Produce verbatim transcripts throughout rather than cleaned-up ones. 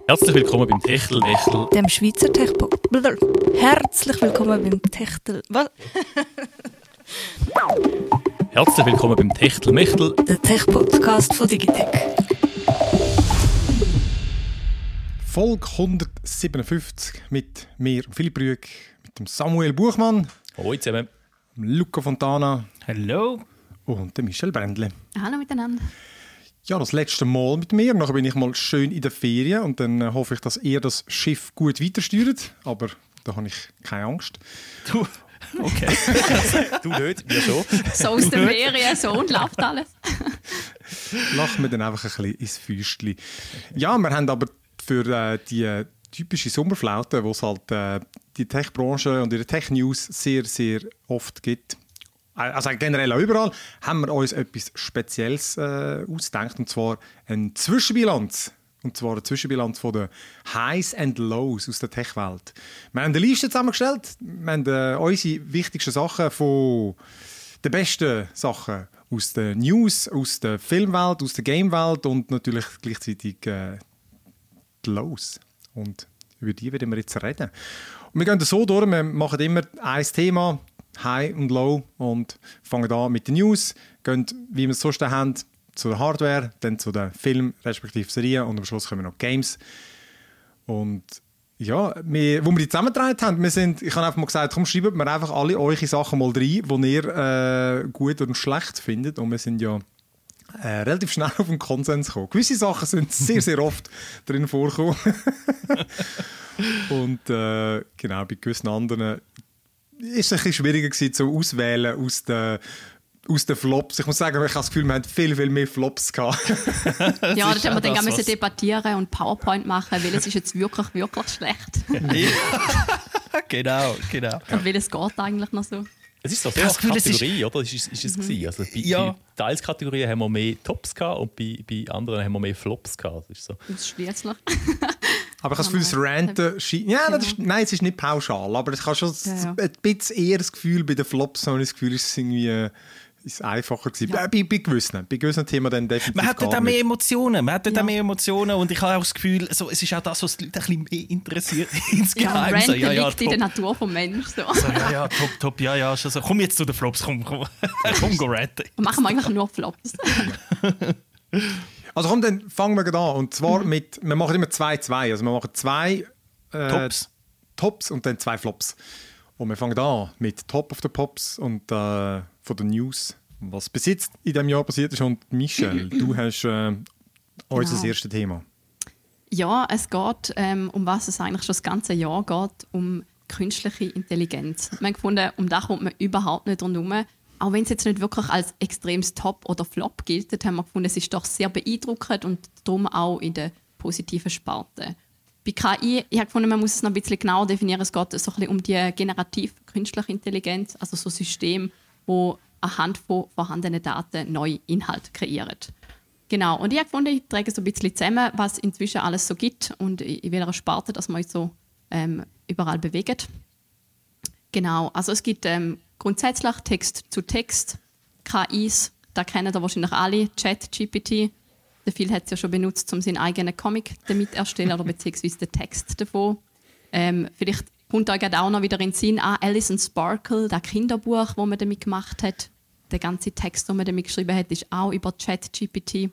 Herzlich willkommen beim Techtelmechtel. Dem Schweizer Tech-Pod. Herzlich willkommen beim Techtel... Was? Herzlich willkommen beim Techtelmechtel. Der Tech-Podcast von Digitec. Folge hundertsiebenundfünfzig mit mir, Philipp Rüegg, mit dem Samuel Buchmann, Hallo zusammen. Luca Fontana. Hallo. Und dem Michel Brändle. Hallo miteinander. Ja, das letzte Mal mit mir. Nachher bin ich mal schön in der Ferien und dann äh, hoffe ich, dass ihr das Schiff gut weitersteuert. Aber da habe ich keine Angst. Du, okay. Du nicht, wir schon. So aus der Ferien, so und läuft alles. Lachen wir dann einfach ein bisschen ins Fäustchen. Ja, wir haben aber für äh, die typische Sommerflaute, wo es halt äh, die Tech-Branche und die Tech-News sehr, sehr oft gibt, also generell auch überall, haben wir uns etwas Spezielles äh, ausgedacht, und zwar eine Zwischenbilanz. Und zwar eine Zwischenbilanz von den Highs and Lows aus der Tech-Welt. Wir haben eine Liste zusammengestellt. Wir haben äh, unsere wichtigsten Sachen von den besten Sachen aus der News, aus der Filmwelt, aus der Gamewelt und natürlich gleichzeitig äh, die Lows. Und über die werden wir jetzt reden. Und wir gehen so durch, wir machen immer ein Thema, High und Low, und fangen an mit den News, gehen, wie wir es sonst haben, zu der Hardware, dann zu den Filmen, respektive Serien, und am Schluss kommen noch Games. Und ja, wir, wo wir die zusammengetragen haben, wir sind, ich habe einfach mal gesagt, komm, schreibt mir einfach alle eure Sachen mal rein, die ihr äh, gut und schlecht findet, und wir sind ja äh, relativ schnell auf den Konsens gekommen. Gewisse Sachen sind sehr, sehr oft drin vorgekommen. Und äh, genau, bei gewissen anderen ist es ein bisschen schwieriger gewesen, zu auswählen aus den, aus den Flops. Ich muss sagen, ich habe das Gefühl, wir haben viel, viel mehr Flops gehabt. Ja, das haben wir dann das, müssen was... debattieren und PowerPoint machen, weil es ist jetzt wirklich, wirklich schlecht. Genau, genau. Und weil es geht eigentlich noch so. Es ist so sehr Das Gefühl, es Kategorie, oder? Ist, ist, ist es gewesen? Also bei, Ja. bei Teilskategorien haben wir mehr Tops gehabt und bei, bei anderen haben wir mehr Flops gehabt. Das ist so. Das ist schwierig. Aber ich habe das Gefühl, das Ranten scheint... Ja, das ist, nein, es ist nicht pauschal, aber ich habe schon Ja, ja. ein bisschen eher das Gefühl, bei den Flops habe ich das Gefühl, es ist irgendwie äh, ist einfacher gewesen. Ja. Äh, bei, bei gewissen, bei gewissen Themen dann definitiv Man hat dort gar auch mehr nicht. Emotionen. Man hat dort Ja. auch mehr Emotionen und ich habe auch das Gefühl, so, es ist auch das, was die Leute ein bisschen mehr interessiert Ja, insgeheim. Ranten so, ja, ja, liegt in der top. Natur vom Menschen. So. So, ja, ja, top, top, ja, ja. Schon so. Komm jetzt zu den Flops, komm, komm, komm, go ranten. Machen wir eigentlich nur Flops. Also komm, dann fangen wir gleich an. Und zwar Mhm. mit... Wir machen immer zwei, zwei. Also wir machen zwei äh, Tops. Tops und dann zwei Flops. Und wir fangen an mit Top of the Pops und äh, von den News, was bis jetzt in diesem Jahr passiert ist. Und Michel, du hast äh, uns das Genau. erste Thema. Ja, es geht, ähm, um was es eigentlich schon das ganze Jahr geht, um künstliche Intelligenz. Wir haben gefunden, um das kommt man überhaupt nicht rundherum. Auch wenn es jetzt nicht wirklich als extremes Top oder Flop gilt, haben wir gefunden, es ist doch sehr beeindruckend und darum auch in der positiven Sparte. Bei K I, ich habe gefunden, man muss es noch ein bisschen genauer definieren. Es geht so ein bisschen um die generative künstliche Intelligenz, also so ein System, wo anhand von vorhandenen Daten neue Inhalte kreiert. Genau, und ich habe gefunden, ich trage so ein bisschen zusammen, was inzwischen alles so gibt und in welcher Sparte, dass man uns so ähm, überall bewegt. Genau, also es gibt ähm, grundsätzlich Text zu Text, K Is, da kennen ihr wahrscheinlich alle, ChatGPT. Der Phil hat es ja schon benutzt, um seinen eigenen Comic damit zu erstellen oder beziehungsweise den Text davon. Ähm, vielleicht kommt euch auch noch wieder in den Sinn an Alice and Sparkle, das Kinderbuch, das man damit gemacht hat. Der ganze Text, den man damit geschrieben hat, ist auch über ChatGPT.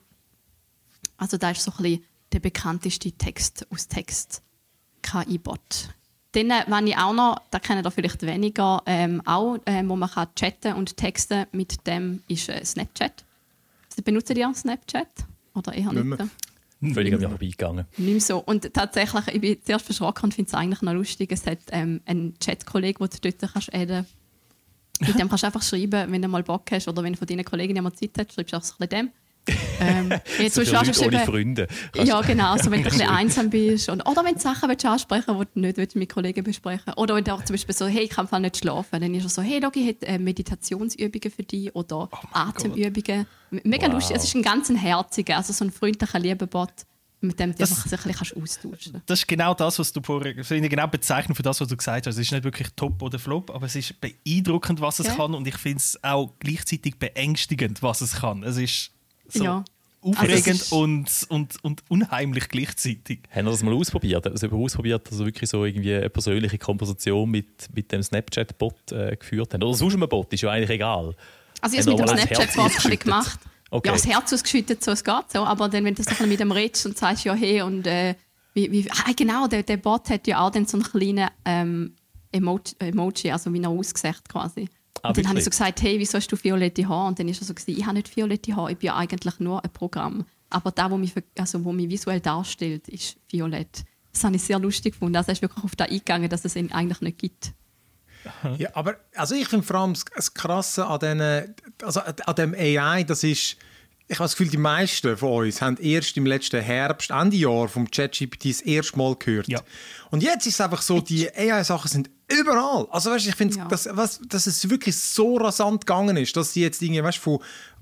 Also da ist so ein bisschen der bekannteste Text aus Text K I-Bot. Dann, äh, wenn ich auch noch, da kennen ihr vielleicht weniger, ähm, auch, ähm, wo man kann chatten und texten mit dem, ist äh, Snapchat. Also, benutzt ihr Snapchat? Oder eher Nicht nicht? mehr. Völlig an mir vorbeigegangen. Nicht mehr so. Und tatsächlich, ich bin zuerst verschrocken und finde es eigentlich noch lustig. Es hat ähm, einen Chat-Kollegen, den du dort kannst adden. Mit dem kannst du einfach schreiben, wenn du mal Bock hast oder wenn von deinen Kollegen jemand Zeit hat, schreibst du einfach so ein bisschen dem. Ähm, jetzt So musst für du Leute ohne geschrieben- Freunde. Ja, genau. Also wenn du ein bisschen einsam bist. Und, oder wenn du Sachen willst ansprechen willst, die du nicht willst mit Kollegen besprechen. Oder wenn du auch zum Beispiel so, hey, ich kann einfach nicht schlafen. Dann ist er so, hey, Logi hat äh, Meditationsübungen für dich oder Atemübungen. Mega Wow. lustig. Es ist ein ganz herziger, also so ein freundlicher, lieber Bot, mit dem du Das- einfach sich ein bisschen austauschen kannst. Das ist genau das, was du vorher, das finde ich genau Bezeichnung für das, was du gesagt hast. Es ist nicht wirklich Top oder Flop, aber es ist beeindruckend, was es Ja. kann, und ich finde es auch gleichzeitig beängstigend, was es kann. Es ist so Ja. aufregend also und, und, und unheimlich gleichzeitig. Haben wir das mal ausprobiert? Also ausprobiert, dass wir wirklich so irgendwie eine persönliche Komposition mit, mit dem Snapchat-Bot äh, geführt haben? Oder sonst ein Bot, ist ja eigentlich egal. Also ich habe es mit dem Haben wir mal das Snapchat-Bot Herz ausgeschüttet? gemacht. Okay. Ja, das Herz ausgeschüttet, so es geht so. Aber dann, wenn du so mit dem redest und sagst, ja, hey, und äh, wie, wie, ah, genau, der, der Bot hat ja auch dann so einen kleinen ähm, Emoji, Emoji, also wie er aussieht quasi. Ah, und dann habe wirklich? ich so gesagt, hey, wieso hast du violette Haare? Und dann ist er so gewesen, ich habe nicht violette Haare, ich bin ja eigentlich nur ein Programm. Aber das, was mich, also, was mich visuell darstellt, ist violett. Das habe ich sehr lustig gefunden. Also er ist wirklich auf das eingegangen, dass es ihn eigentlich nicht gibt. Ja, aber also ich finde vor allem das, das Krasse an, den, also an dem A I, das ist, ich habe das Gefühl, die meisten von uns haben erst im letzten Herbst, Ende Jahr vom ChatGPT das erste Mal gehört. Ja. Und jetzt ist es einfach so, die A I-Sachen sind überall. Also weißt, ich finde, Ja. dass, was, dass es wirklich so rasant gegangen ist, dass sie jetzt irgendwie, weißt, von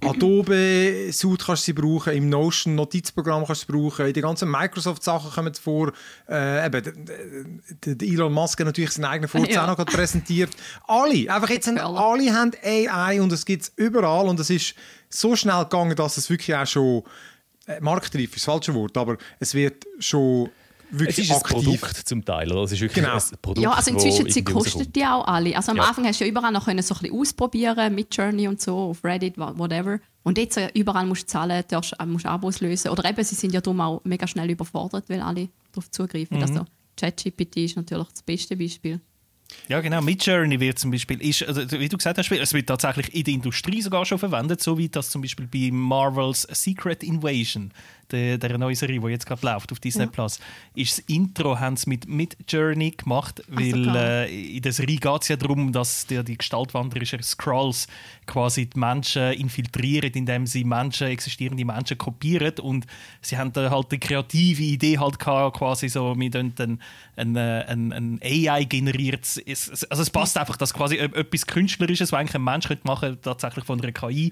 Adobe Suite kannst du sie brauchen, im Notion Notizprogramm kannst du sie brauchen, in den ganzen Microsoft-Sachen kommen sie vor. Äh, eben, der, der Elon Musk hat natürlich seinen eigenen Vorzeichen Ja. noch gerade präsentiert. Alle, einfach jetzt haben, Alle. alle haben A I und es gibt es überall und es ist so schnell gegangen, dass es wirklich auch schon äh, marktreif ist das falsche Wort, aber es wird schon Es wirklich ist ein aktiv. Produkt zum Teil. Oder? Es ist wirklich Genau. ein Produkt, Ja, also wo inzwischen sie irgendwie kosten rauskommt. die auch alle. Also am Ja. Anfang hast du ja überall noch können so ein bisschen ausprobieren mit Journey und so, auf Reddit, wha- whatever. Und jetzt äh, überall musst du zahlen, darfst, äh, musst Abos lösen. Oder eben, sie sind ja darum auch mega schnell überfordert, weil alle darauf zugreifen. Mhm. Also ChatGPT ist natürlich das beste Beispiel. Ja, genau. Midjourney wird zum Beispiel, ist, also, wie du gesagt hast, es wird tatsächlich in der Industrie sogar schon verwendet, so wie das zum Beispiel bei Marvels Secret Invasion, der, der neuen Serie, die jetzt gerade läuft auf Disney Ja. Plus, ist das Intro haben sie mit Midjourney gemacht, weil sogar. äh, in der Serie geht es ja darum, dass die, die gestaltwanderischen Skrulls quasi die Menschen infiltrieren, indem sie Menschen, existierende Menschen kopieren, und sie haben da halt die kreative Idee halt gehabt, quasi so, wir können ein, ein, ein, ein A I generiert. Es, also es passt einfach, dass quasi etwas Künstlerisches, was eigentlich ein Mensch könnte machen, tatsächlich von einer K I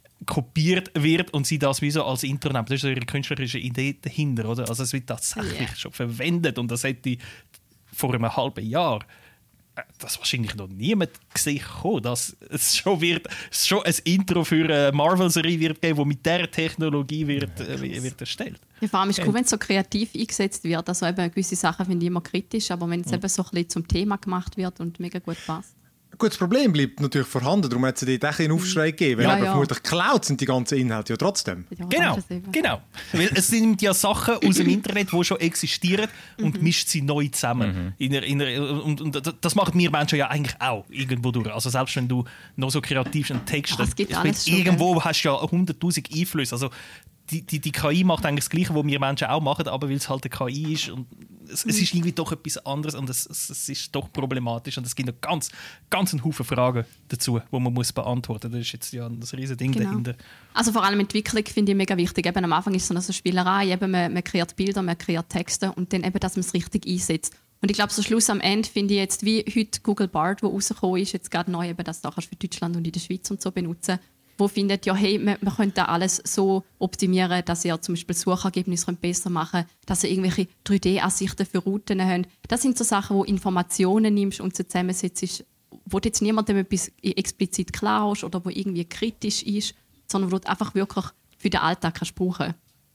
kopiert wird und sie das wie so als Intro nehmen. Das ist so ihre künstlerische Idee dahinter, oder? Also es wird tatsächlich Yeah. schon verwendet, und das hätte vor einem halben Jahr äh, das wahrscheinlich noch niemand gesehen, kommen, dass es schon wird, es schon ein Intro für eine Marvel-Serie wird geben, wo mit dieser Technologie wird, äh, wird erstellt. Ja, vor allem ist es cool, wenn es so kreativ eingesetzt wird. Also eben gewisse Sachen finde ich immer kritisch, aber wenn es eben so ein bisschen zum Thema gemacht wird und mega gut passt. Gut, das Problem bleibt natürlich vorhanden, darum hat es dort auch einen Aufschrei gegeben. Weil Ja, aber ja. vermutlich geklaut sind die ganzen Inhalte ja trotzdem. Ja, Genau, das ist eben. genau. Weil es sind ja Sachen aus dem Internet, die schon existieren, und mischt sie neu zusammen. In der, in der, und, und das machen wir Menschen ja eigentlich auch irgendwo durch. Also selbst wenn du noch so kreativ einen Text Ja, es gibt ich alles bin, schon, irgendwo hast du ja hunderttausend Einflüsse. Also die, die, die K I macht eigentlich das Gleiche, was wir Menschen auch machen, aber weil es halt eine K I ist. Und es, es ist irgendwie doch etwas anderes, und es, es, es ist doch problematisch. Und es gibt noch ganz, ganz einen Haufen Fragen dazu, die man muss beantworten muss. Das ist jetzt ja das riesige Ding Genau. dahinter. Also vor allem Entwicklung finde ich mega wichtig. Eben am Anfang ist es so eine so Spielerei, eben man, man kreiert Bilder, man kreiert Texte und dann eben, dass man es richtig einsetzt. Und ich glaube, so Schluss am Ende finde ich jetzt, wie heute Google Bard, wo rausgekommen ist, jetzt gerade neu, eben, dass du auch für Deutschland und in der Schweiz und so benutzen, wo findet, ja, hey, man, man könnte alles so optimieren, dass ihr zum Beispiel Suchergebnisse besser machen könnt, dass ihr irgendwelche drei D-Ansichten für Routen habt. Das sind so Sachen, wo Informationen nimmst und so zusammensetzt, wo du jetzt niemandem etwas explizit klar hast oder wo irgendwie kritisch ist, sondern wo du einfach wirklich für den Alltag kannst brauchen.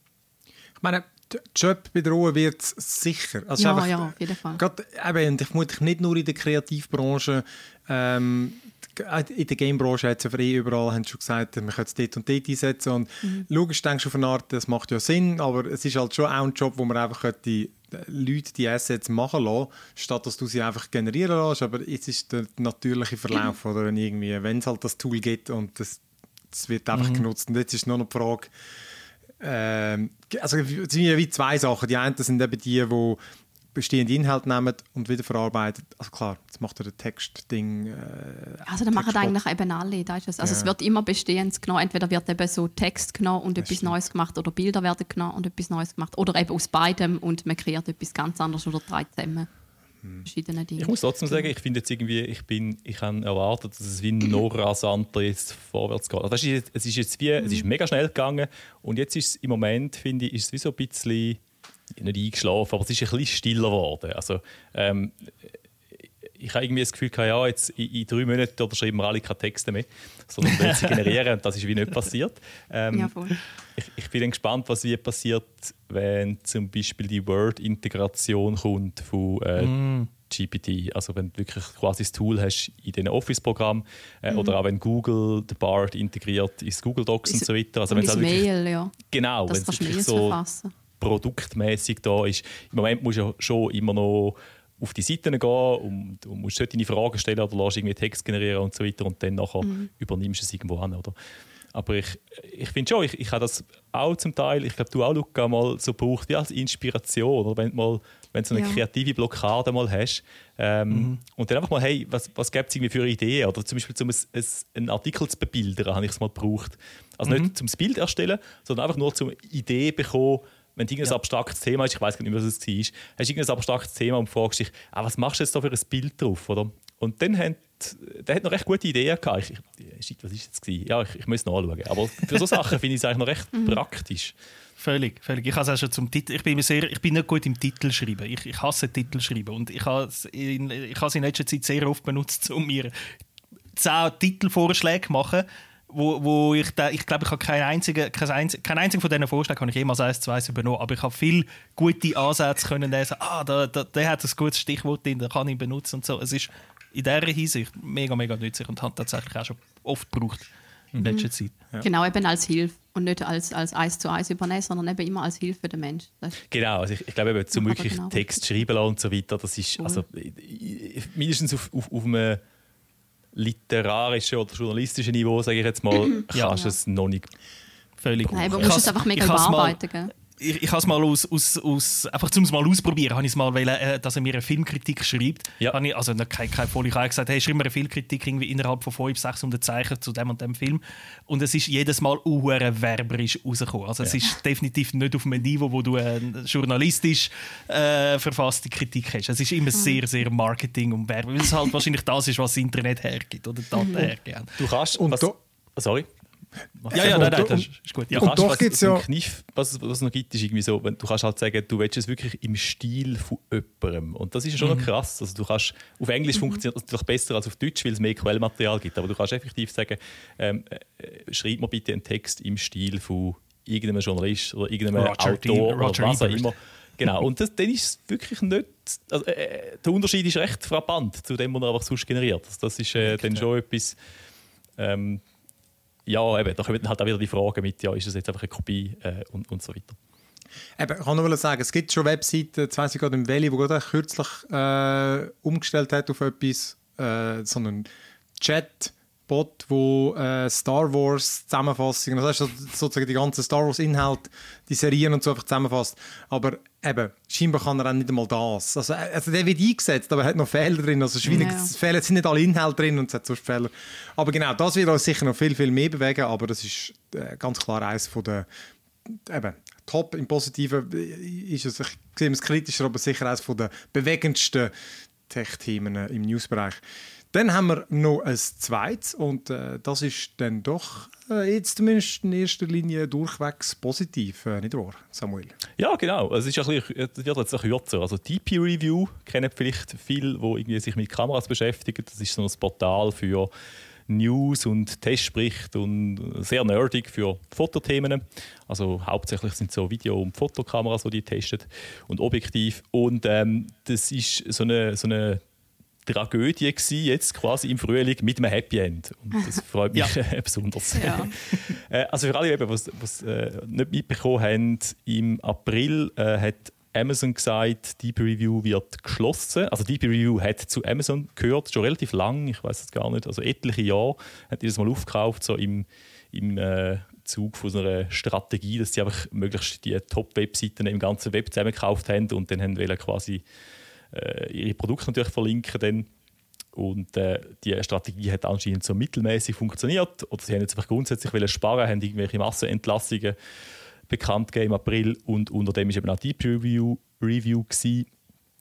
Ich meine, der Job bedrohen wird sicher. Also es ist Ja, einfach, ja, auf jeden Fall. Gerade, eben, ich vermutlich nicht nur in der Kreativbranche, ähm, in der Gamebranche hat es ja eh überall, haben schon gesagt, man könnte es dort und dort einsetzen. Und Mhm. logisch denkst du auf eine Art, das macht ja Sinn, aber es ist halt schon auch ein Job, wo man einfach die Leute die Assets machen lassen, statt dass du sie einfach generieren lässt. Aber jetzt ist der natürliche Verlauf, oder wenn irgendwie, wenn es halt das Tool gibt und das, das wird einfach Mhm. genutzt. Und jetzt ist nur noch die Frage, ähm, also es sind ja wie zwei Sachen. Die einen sind eben die, die bestehende Inhalte nehmen und wieder verarbeiten. Also klar, jetzt macht er ein Textding. Äh, Also das machen Textbot. eigentlich eben alle. Das ist es. Also Ja. es wird immer Bestehendes genommen. Entweder wird eben so Text genommen und etwas stimmt. Neues gemacht oder Bilder werden genommen und etwas Neues gemacht. Oder eben aus beidem und man kreiert etwas ganz anderes oder drei zusammen. Verschiedene Dinge. Ich muss trotzdem sagen, ich finde jetzt irgendwie, ich bin, ich habe erwartet, dass es wie noch rasanter jetzt vorwärts geht. Also das ist jetzt, es ist jetzt wie, es ist mega schnell gegangen und jetzt ist es im Moment, finde ich, ist es wie so ein bisschen, nicht eingeschlafen, aber es ist ein bisschen stiller geworden. Also ähm, ich habe irgendwie das Gefühl, ja, jetzt in, in drei Monaten oder schreiben wir alle keine Texte mehr, sondern wir sie generieren und das ist wie nicht passiert. Ähm, Ja, voll. ich, ich bin gespannt, was wie passiert, wenn zum Beispiel die Word-Integration kommt von äh, Mm. G P T. Also wenn du wirklich quasi das Tool hast in diesen Office-Programmen äh, mhm. oder auch wenn Google den Bard integriert ins Google Docs Ist, und so weiter. Also und wenn es ins wirklich, Mail, ja. genau, wenn Das es kannst du wirklich Mails so verfassen. produktmäßig da ist. Im Moment musst du ja schon immer noch auf die Seiten gehen und du musst dort deine Fragen stellen oder lässt irgendwie Text generieren und so weiter und dann nachher mhm. übernimmst du es irgendwo an, oder? Aber ich, ich finde schon, ich, ich habe das auch zum Teil, ich glaube, du auch, Luca, mal so gebraucht wie als Inspiration, oder wenn du mal, wenn du so eine ja. kreative Blockade mal hast ähm, mhm. und dann einfach mal, hey, was, was gibt es irgendwie für Ideen? Oder zum Beispiel, um ein, ein, einen Artikel zu bebildern, habe ich es mal gebraucht. Also Mhm. nicht zum Bild erstellen, sondern einfach nur zum Idee bekommen, wenn du irgendein ja. abstraktes Thema hast, ich weiß gar nicht, was es war, hast du irgendein abstraktes Thema und fragst dich, ah, was machst du jetzt da für ein Bild drauf? Oder? Und dann hat der hat noch recht gute Ideen gehabt. Ich, ich, shit, was war jetzt gewesen? Ja, ich, ich muss nachschauen. Aber für so Sachen finde ich es eigentlich noch recht praktisch. Völlig, völlig. Ich, auch schon zum Titel, ich, bin mir sehr, ich bin nicht gut im Titel schreiben. Ich, ich hasse Titel schreiben. Und ich habe es in, ich habe es in letzter Zeit sehr oft benutzt, um mir zehn Titelvorschläge zu machen. Wo, wo ich, da, ich glaube, ich habe keinen einzigen, keinen einzigen, keinen einzigen von diesen Vorschlägen habe ich jemals eins zu eins übernommen. Aber ich habe viele gute Ansätze können lesen. Ah, da, da, der hat ein gutes Stichwort drin, den kann ich benutzen und so. Es ist in dieser Hinsicht mega, mega nützlich und hat tatsächlich auch schon oft gebraucht in Mhm. letzter Zeit. Ja. Genau, eben als Hilfe und nicht als, als eins zu eins übernehmen, sondern eben immer als Hilfe für den Menschen. Genau, also ich, ich glaube, eben, zum wirklich genau Text schreiben lassen und so weiter, das ist cool. also, mindestens auf, auf, auf einem literarischen oder journalistischen Niveau, sage ich jetzt mal, ja. kannst du es noch nicht. Völlig. Nein, aber du musst es einfach mega überarbeiten. Gell? Ich, ich habe es mal aus, aus, aus einfach zum mal ausprobieren, habe ich es mal wollen, äh, dass er mir eine Filmkritik schreibt. Ja. Habe ich, also keine, keine Folie, ich habe gesagt, hey, schreib mir eine Filmkritik irgendwie innerhalb von fünfhundert, sechshundert Zeichen zu dem und dem Film. Und es ist jedes Mal uhuere werberisch rausgekommen. Also ja. es ist definitiv nicht auf einem Niveau, wo du eine journalistisch äh, verfasste Kritik hast. Es ist immer mhm. sehr, sehr Marketing und Werbung, weil es halt wahrscheinlich das ist, was das Internet hergibt oder Daten mhm. hergibt. Du kannst und was, do- sorry. Ja, ja, nein, nein, das ist gut. Ja. Und kannst, doch was, gibt's was, ja... Kniff, was, was es noch gibt, ist irgendwie so, wenn, du kannst halt sagen, du willst es wirklich im Stil von jemandem. Und das ist schon mhm. noch krass. Also du kannst, auf Englisch mhm. funktioniert das natürlich besser als auf Deutsch, weil es mehr Quellmaterial gibt. Aber du kannst effektiv sagen, ähm, äh, schreib mir bitte einen Text im Stil von irgendeinem Journalist oder irgendeinem Roger Autor D. oder Roger was auch Ebert. immer. Genau, und das, dann ist es wirklich nicht... Also, äh, der Unterschied ist recht frappant zu dem, was er einfach sonst generiert. Also, das ist äh, dann schon etwas... Ähm, ja, eben, da kommen dann halt auch wieder die Fragen mit, ja, ist das jetzt einfach eine Kopie äh, und, und so weiter. Eben, ich kann nur sagen, es gibt schon Webseiten, jetzt weiss ich gerade im Valley, die gerade kürzlich äh, umgestellt hat auf etwas, äh, so einen Chat-Bot, wo äh, Star Wars Zusammenfassungen, also sozusagen die ganzen Star Wars Inhalte, die Serien und so einfach zusammenfasst. Aber eben, scheinbar kann er auch nicht einmal das. Also, also der wird eingesetzt, aber er hat noch Fehler drin. Also Schweine, ja. Fehler sind nicht alle Inhalte drin und es hat sonst Fehler. Aber genau, das wird uns sicher noch viel, viel mehr bewegen, aber das ist äh, ganz klar eines von der eben, top im Positiven ist es, ich sehe es kritischer, aber sicher eines von der bewegendsten Tech-Themen im Newsbereich. Dann haben wir noch ein zweites und äh, das ist dann doch äh, jetzt zumindest in erster Linie durchwegs positiv, äh, nicht wahr, Samuel? Ja, genau. Also es ist ein bisschen, es wird jetzt ein kürzer. Also D P Review kennen vielleicht viele, die irgendwie sich mit Kameras beschäftigen. Das ist so ein Portal für News und Testberichte und sehr nerdig für Fotothemen. Also hauptsächlich sind so Video- und Fotokameras, die die testen und Objektiv. Und ähm, das ist so eine, so eine Tragödie gewesen, jetzt quasi im Frühling mit einem Happy End. Und das freut mich ja. besonders. Ja. Also für alle, die es äh, nicht mitbekommen haben, im April äh, hat Amazon gesagt, D P Review wird geschlossen. Also D P Review hat zu Amazon gehört, schon relativ lang, ich weiß es gar nicht, also etliche Jahre hat die das mal aufgekauft, so im, im äh, Zug von so einer Strategie, dass sie einfach möglichst die Top-Webseiten im ganzen Web zusammengekauft haben und dann haben wollen quasi äh, ihre Produkte natürlich verlinken dann. Und äh, die Strategie hat anscheinend so mittelmäßig funktioniert oder sie haben jetzt einfach grundsätzlich wollen sparen, haben irgendwelche Massenentlassungen bekannt gegeben im April und unter dem war eben auch die Deep Review, Review gewesen.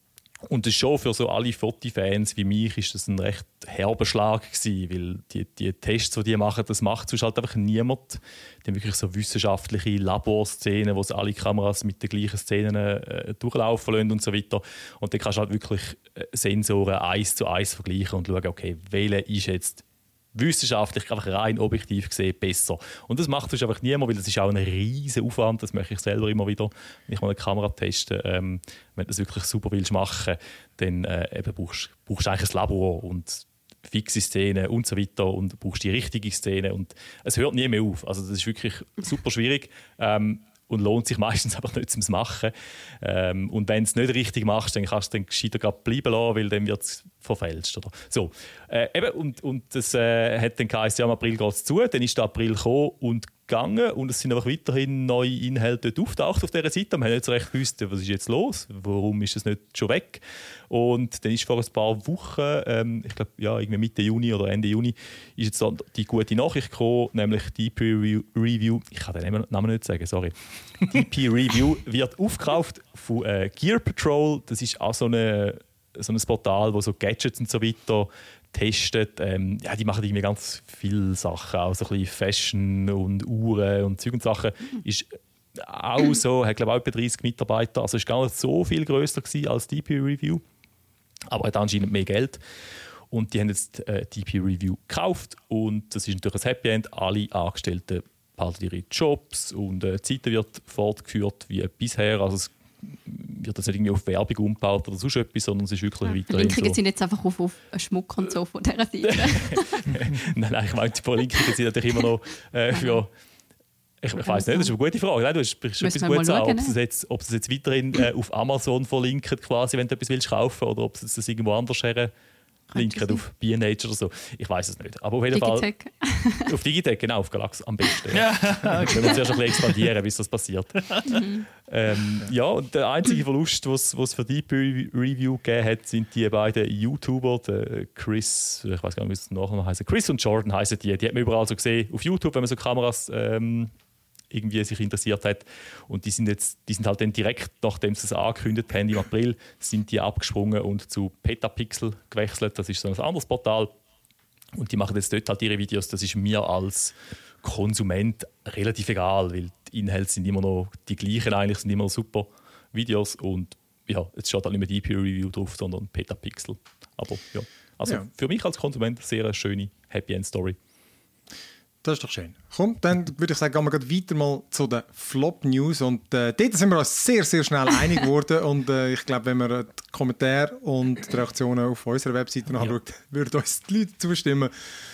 Und das ist schon für so alle Fotofans wie mich ist das ein recht herber Schlag gewesen, weil die, die Tests, die die machen, das macht sonst halt einfach niemand. Die haben wirklich so wissenschaftliche Laborszenen, wo sie alle Kameras mit den gleichen Szenen äh, durchlaufen lassen und so weiter. Und dann kannst du halt wirklich Sensoren eins zu eins vergleichen und schauen, okay, welcher ist jetzt wissenschaftlich, einfach rein objektiv gesehen, besser. Und das macht sonst einfach niemand, weil das ist auch ein riesen Aufwand, das mache ich selber immer wieder, wenn ich mal eine Kamera teste. Ähm, wenn du das wirklich super willst machen, dann äh, eben brauchst, brauchst du eigentlich ein Labor und fixe Szenen und so weiter und brauchst die richtige Szene und es hört nie mehr auf. Also das ist wirklich super schwierig. Ähm, und lohnt sich meistens einfach nicht zum Machen. Ähm, und wenn du es nicht richtig machst, dann kannst du es gescheiter gerade bleiben lassen, weil dann wird es verfälscht. Oder? So, äh, eben, und, und das äh, hat dann geheißen, ja, im April geht es zu. Dann ist der April gekommen und gegangen und es sind einfach weiterhin neue Inhalte dort auftaucht auf dieser Seite. Wir haben nicht so recht gewusst, was ist jetzt los, warum ist es nicht schon weg. Und dann ist vor ein paar Wochen, ähm, ich glaube ja, irgendwie Mitte Juni oder Ende Juni, ist jetzt dann die gute Nachricht gekommen, nämlich D P Review, ich kann den Namen nicht sagen, sorry. D P Review wird aufgekauft von äh, Gear Patrol. Das ist auch so, eine, so ein Portal, wo so Gadgets und so weiter testet. Ähm, ja, die machen irgendwie ganz viele Sachen, auch so ein bisschen Fashion und Uhren und Zeug und Sachen. Ist auch so, hat glaube ich auch etwa dreißig Mitarbeiter, also ist gar nicht so viel grösser gewesen als D P Review, aber hat anscheinend mehr Geld. Und die haben jetzt äh, D P Review gekauft und das ist natürlich ein Happy End. Alle Angestellten behalten ihre Jobs und äh, die Seite wird fortgeführt wie bisher. Also es wird das nicht irgendwie auf Werbung umgebaut oder sonst etwas, sondern es ist wirklich ja, weiterhin Verlinkungen so. sind jetzt einfach auf, auf Schmuck und so von dieser Seite. nein, nein, ich meine, die Verlinkungen sind natürlich immer noch äh, für... Ich, ich weiss nicht, das ist eine gute Frage. Nein, du hast etwas Gutes an, ob sie jetzt, ob sie jetzt weiterhin äh, auf Amazon verlinken, quasi, wenn du etwas willst kaufen, oder ob sie es irgendwo anders her linken, auf B and H oder so. Ich weiß es nicht. Aber auf jeden Digitech. Fall... Auf Digitech, genau, auf Galax am besten. Ja. Okay. Wenn wir zuerst ein bisschen expandieren, bis das passiert. ähm, ja, und der einzige Verlust, den es für die Review gegeben hat, sind die beiden YouTuber, der Chris, ich weiß gar nicht, wie es nachher heißt, Chris und Jordan heißen die. Die hat man überall so gesehen auf YouTube, wenn man so Kameras ähm, irgendwie sich interessiert hat. Und die sind, jetzt, die sind halt dann direkt, nachdem sie es angekündigt haben im April, sind die abgesprungen und zu Petapixel gewechselt. Das ist so ein anderes Portal. Und die machen jetzt dort halt ihre Videos. Das ist mir als Konsument relativ egal, weil die Inhalte sind immer noch die gleichen, eigentlich sind immer noch super Videos. Und ja, jetzt steht halt nicht mehr D P Review drauf, sondern Petapixel. Aber ja, also ja. Für mich als Konsument sehr eine schöne Happy End Story. Das ist doch schön. Komm, dann würde ich sagen, gehen wir gleich weiter mal zu den Flop-News. Und äh, dort sind wir uns sehr, sehr schnell einig geworden. Und äh, ich glaube, wenn man die Kommentare und die Reaktionen auf unserer Webseite anschaut, ja. würden uns die Leute zustimmen.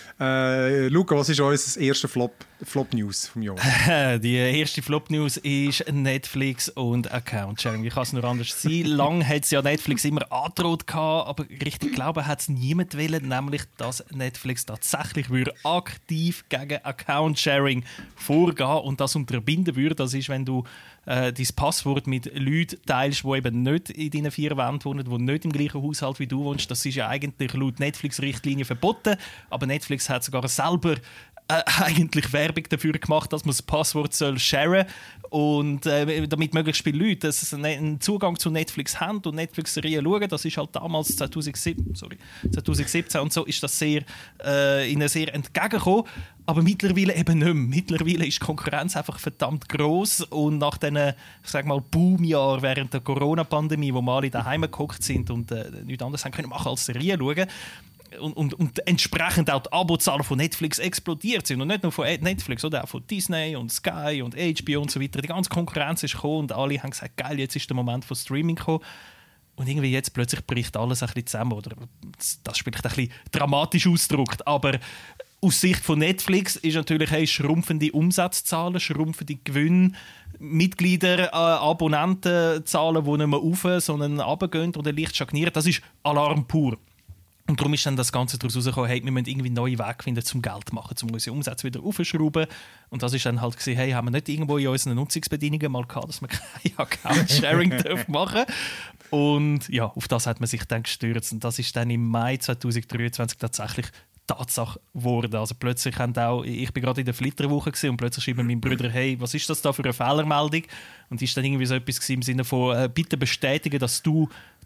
Äh, Luca, was ist unser erste Flop, Flop-News vom Jahr? Die erste Flop-News ist Netflix und Account-Sharing. Wie kann es nur anders sein? Lang hat es ja Netflix immer angedroht gehabt, aber richtig glauben hat es niemand wollen, nämlich dass Netflix tatsächlich würde aktiv gegen Account-Sharing vorgehen und das unterbinden würde. Das ist, wenn du äh, dein Passwort mit Leuten teilst, die eben nicht in deinen vier Wänden wohnen, die nicht im gleichen Haushalt wie du wohnst. Das ist ja eigentlich laut Netflix-Richtlinie verboten, aber Netflix hat sogar selber äh, eigentlich Werbung dafür gemacht, dass man das Passwort soll sharen und äh, damit möglichst viele Leute dass einen Zugang zu Netflix haben und Netflix-Serien schauen. Das ist halt damals zweitausendsiebzehn, sorry, zweitausendsiebzehn und so ist das sehr, äh, ihnen sehr entgegengekommen. Aber mittlerweile eben nicht mehr. Mittlerweile ist die Konkurrenz einfach verdammt gross und nach diesen, ich sag mal, Boomjahren während der Corona-Pandemie, wo wir alle daheim gehockt sind und äh, nichts anderes haben können machen als Serien schauen, Und, und, und entsprechend auch die Abozahlen von Netflix explodiert sind. Und nicht nur von Netflix, oder auch von Disney und Sky und H B O und so weiter. Die ganze Konkurrenz ist gekommen und alle haben gesagt, geil, jetzt ist der Moment von Streaming gekommen. Und irgendwie jetzt plötzlich bricht alles ein bisschen zusammen. Oder das spielt ein bisschen dramatisch ausgedrückt. Aber aus Sicht von Netflix ist natürlich hey, schrumpfende Umsatzzahlen, schrumpfende Gewinne, Mitglieder, äh, Abonnentenzahlen, die nicht mehr rauf, sondern runtergehen oder leicht stagnieren. Das ist Alarm pur. Und darum ist dann das Ganze daraus herausgekommen, hey, wir müssen irgendwie einen neuen Weg finden, zum Geld zu machen, um unsere Umsätze wieder aufzuschrauben. Und das ist dann halt gewesen, hey, haben wir nicht irgendwo in unseren Nutzungsbedingungen mal gehabt, dass wir kein Account-Sharing machen dürfen. Und ja, auf das hat man sich dann gestürzt. Und das ist dann im Mai zweitausenddreiundzwanzig tatsächlich Tatsache geworden. Also plötzlich haben auch, ich bin gerade in der Flitterwoche und plötzlich schreibt mir mein Bruder, hey, was ist das da für eine Fehlermeldung? Und die ist dann irgendwie so etwas im Sinne von, äh, bitte bestätigen, dass du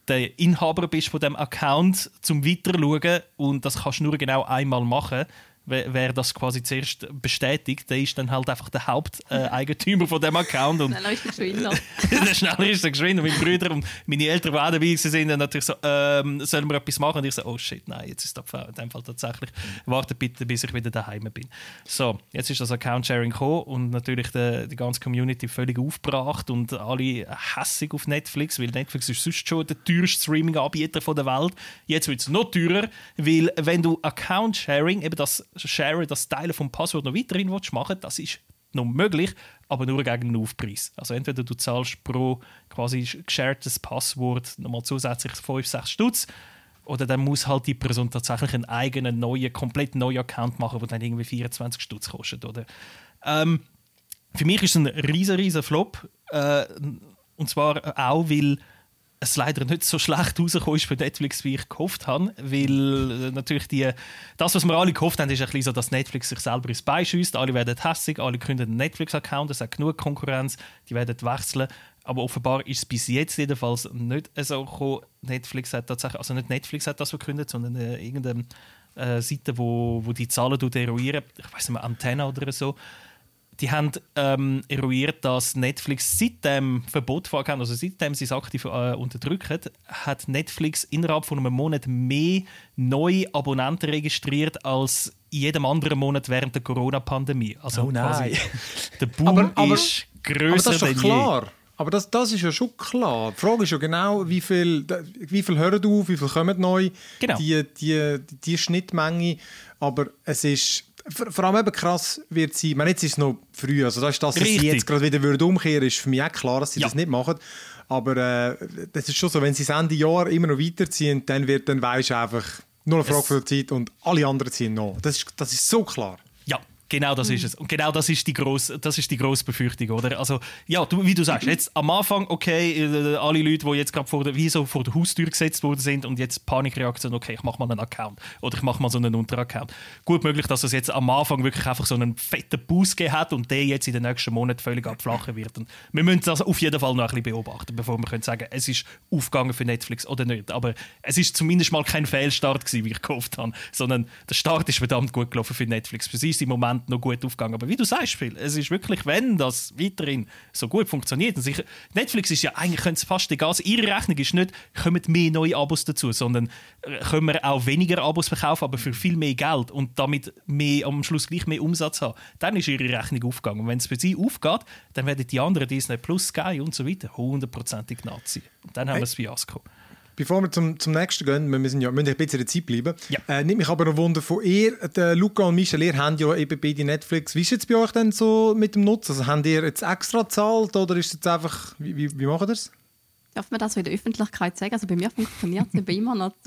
der Inhaber bist von dem Account zum Weiterschauen und das kannst du nur genau einmal machen. Wer, wer das quasi zuerst bestätigt, der ist dann halt einfach der Haupteigentümer äh, von dem Account. Und schneller ist der geschwinder. der schneller ist der geschwinder. Und meine Brüder und meine Eltern, die auch dabei sind, dann natürlich so, ähm, sollen wir etwas machen? Und ich so, oh shit, nein, jetzt ist das in dem Fall tatsächlich. Warte bitte, bis ich wieder daheim bin. So, jetzt ist das Account-Sharing gekommen und natürlich die, die ganze Community völlig aufgebracht und alle hässig auf Netflix, weil Netflix ist sonst schon der teuerste Streaming-Anbieter der Welt. Jetzt wird es noch teurer, weil wenn du Account-Sharing, eben das Share, das Teilen vom Passwort noch weiterhin machen willst, das ist noch möglich, aber nur gegen einen Aufpreis. Also entweder du zahlst pro quasi geshartes Passwort nochmal zusätzlich fünf, sechs Stutz oder dann muss halt die Person tatsächlich einen eigenen, neuen, komplett neuen Account machen, der dann irgendwie vierundzwanzig Stutz kostet. Oder? Ähm, für mich ist es ein riesen, riesen Flop. Äh, und zwar auch, weil es leider nicht so schlecht rausgekommen ist für Netflix, wie ich gehofft habe. Weil äh, natürlich die, das, was wir alle gehofft haben, ist ein bisschen so, dass Netflix sich selber ins Bein schiesst. Alle werden hässig, alle gründen einen Netflix-Account, es hat genug Konkurrenz, die werden wechseln. Aber offenbar ist es bis jetzt jedenfalls nicht so gekommen. Netflix hat tatsächlich, also nicht Netflix hat das verkündet, sondern äh, irgendeine äh, Seite, wo, wo die Zahlen eruieren. Ich weiß nicht mehr, Antenna oder so. Die haben ähm, eruiert, dass Netflix seit dem Verbot vorkam, also seitdem sie es aktiv äh, unterdrücken, hat Netflix innerhalb von einem Monat mehr neue Abonnenten registriert als in jedem anderen Monat während der Corona-Pandemie. Also oh nein. Der Boom aber, aber, ist grösser aber das ist denn doch klar. Aber das, das ist ja schon klar. Die Frage ist ja genau, wie viel, wie viel hören auf, wie viel kommen neu, genau. die, die, die Schnittmenge. Aber es ist... Vor allem eben krass wird sie, ich meine, jetzt ist es noch früh, also das ist das, dass Richtig. sie jetzt gerade wieder würden umkehren, ist für mich auch klar, dass sie ja. das nicht machen. Aber äh, das ist schon so, wenn sie das Ende Jahr immer noch weiterziehen, dann wird dann weisst du einfach nur eine Frage von der Zeit und alle anderen ziehen noch. Das ist, das ist so klar. Ja. Genau das ist es. Und genau das ist die grosse, das ist die grosse Befürchtung, oder? Also, ja, du, wie du sagst, jetzt am Anfang, okay, alle Leute, die jetzt gerade vor der, wie so vor der Haustür gesetzt worden sind und jetzt Panikreaktion, okay, ich mache mal einen Account oder ich mache mal so einen Unteraccount. Gut möglich, dass es jetzt am Anfang wirklich einfach so einen fetten Boost gegeben hat und der jetzt in den nächsten Monaten völlig abflachen wird. Und wir müssen das auf jeden Fall noch ein bisschen beobachten, bevor wir können sagen, es ist aufgegangen für Netflix oder nicht. Aber es ist zumindest mal kein Fehlstart gewesen, wie ich gehofft habe, sondern der Start ist verdammt gut gelaufen für Netflix. Für sie ist im Moment noch gut aufgegangen. Aber wie du sagst, Phil, es ist wirklich, wenn das weiterhin so gut funktioniert. Und sich, Netflix ist ja eigentlich könnte es fast egal sein. Ihre Rechnung ist nicht, kommen mehr neue Abos dazu, sondern können wir auch weniger Abos verkaufen, aber für viel mehr Geld und damit mehr, am Schluss gleich mehr Umsatz haben. Dann ist ihre Rechnung aufgegangen. Und wenn es für sie aufgeht, dann werden die anderen Disney Plus, Sky und so weiter hundertprozentig nachziehen. Und dann haben wir das Fiasko. Bevor wir zum, zum nächsten gehen, wir müssen ja müssen ein bisschen in der Zeit bleiben. Ja. Äh, nimmt mich aber noch Wunder von ihr, der Luca und Michel, ihr habt ja eben beide Netflix. Wie ist es jetzt bei euch denn so mit dem Nutzen? Also, habt ihr jetzt extra gezahlt oder ist es jetzt einfach, wie, wie, wie macht ihr das? Darf man das in der Öffentlichkeit sagen? Also bei mir funktioniert es eben immer noch.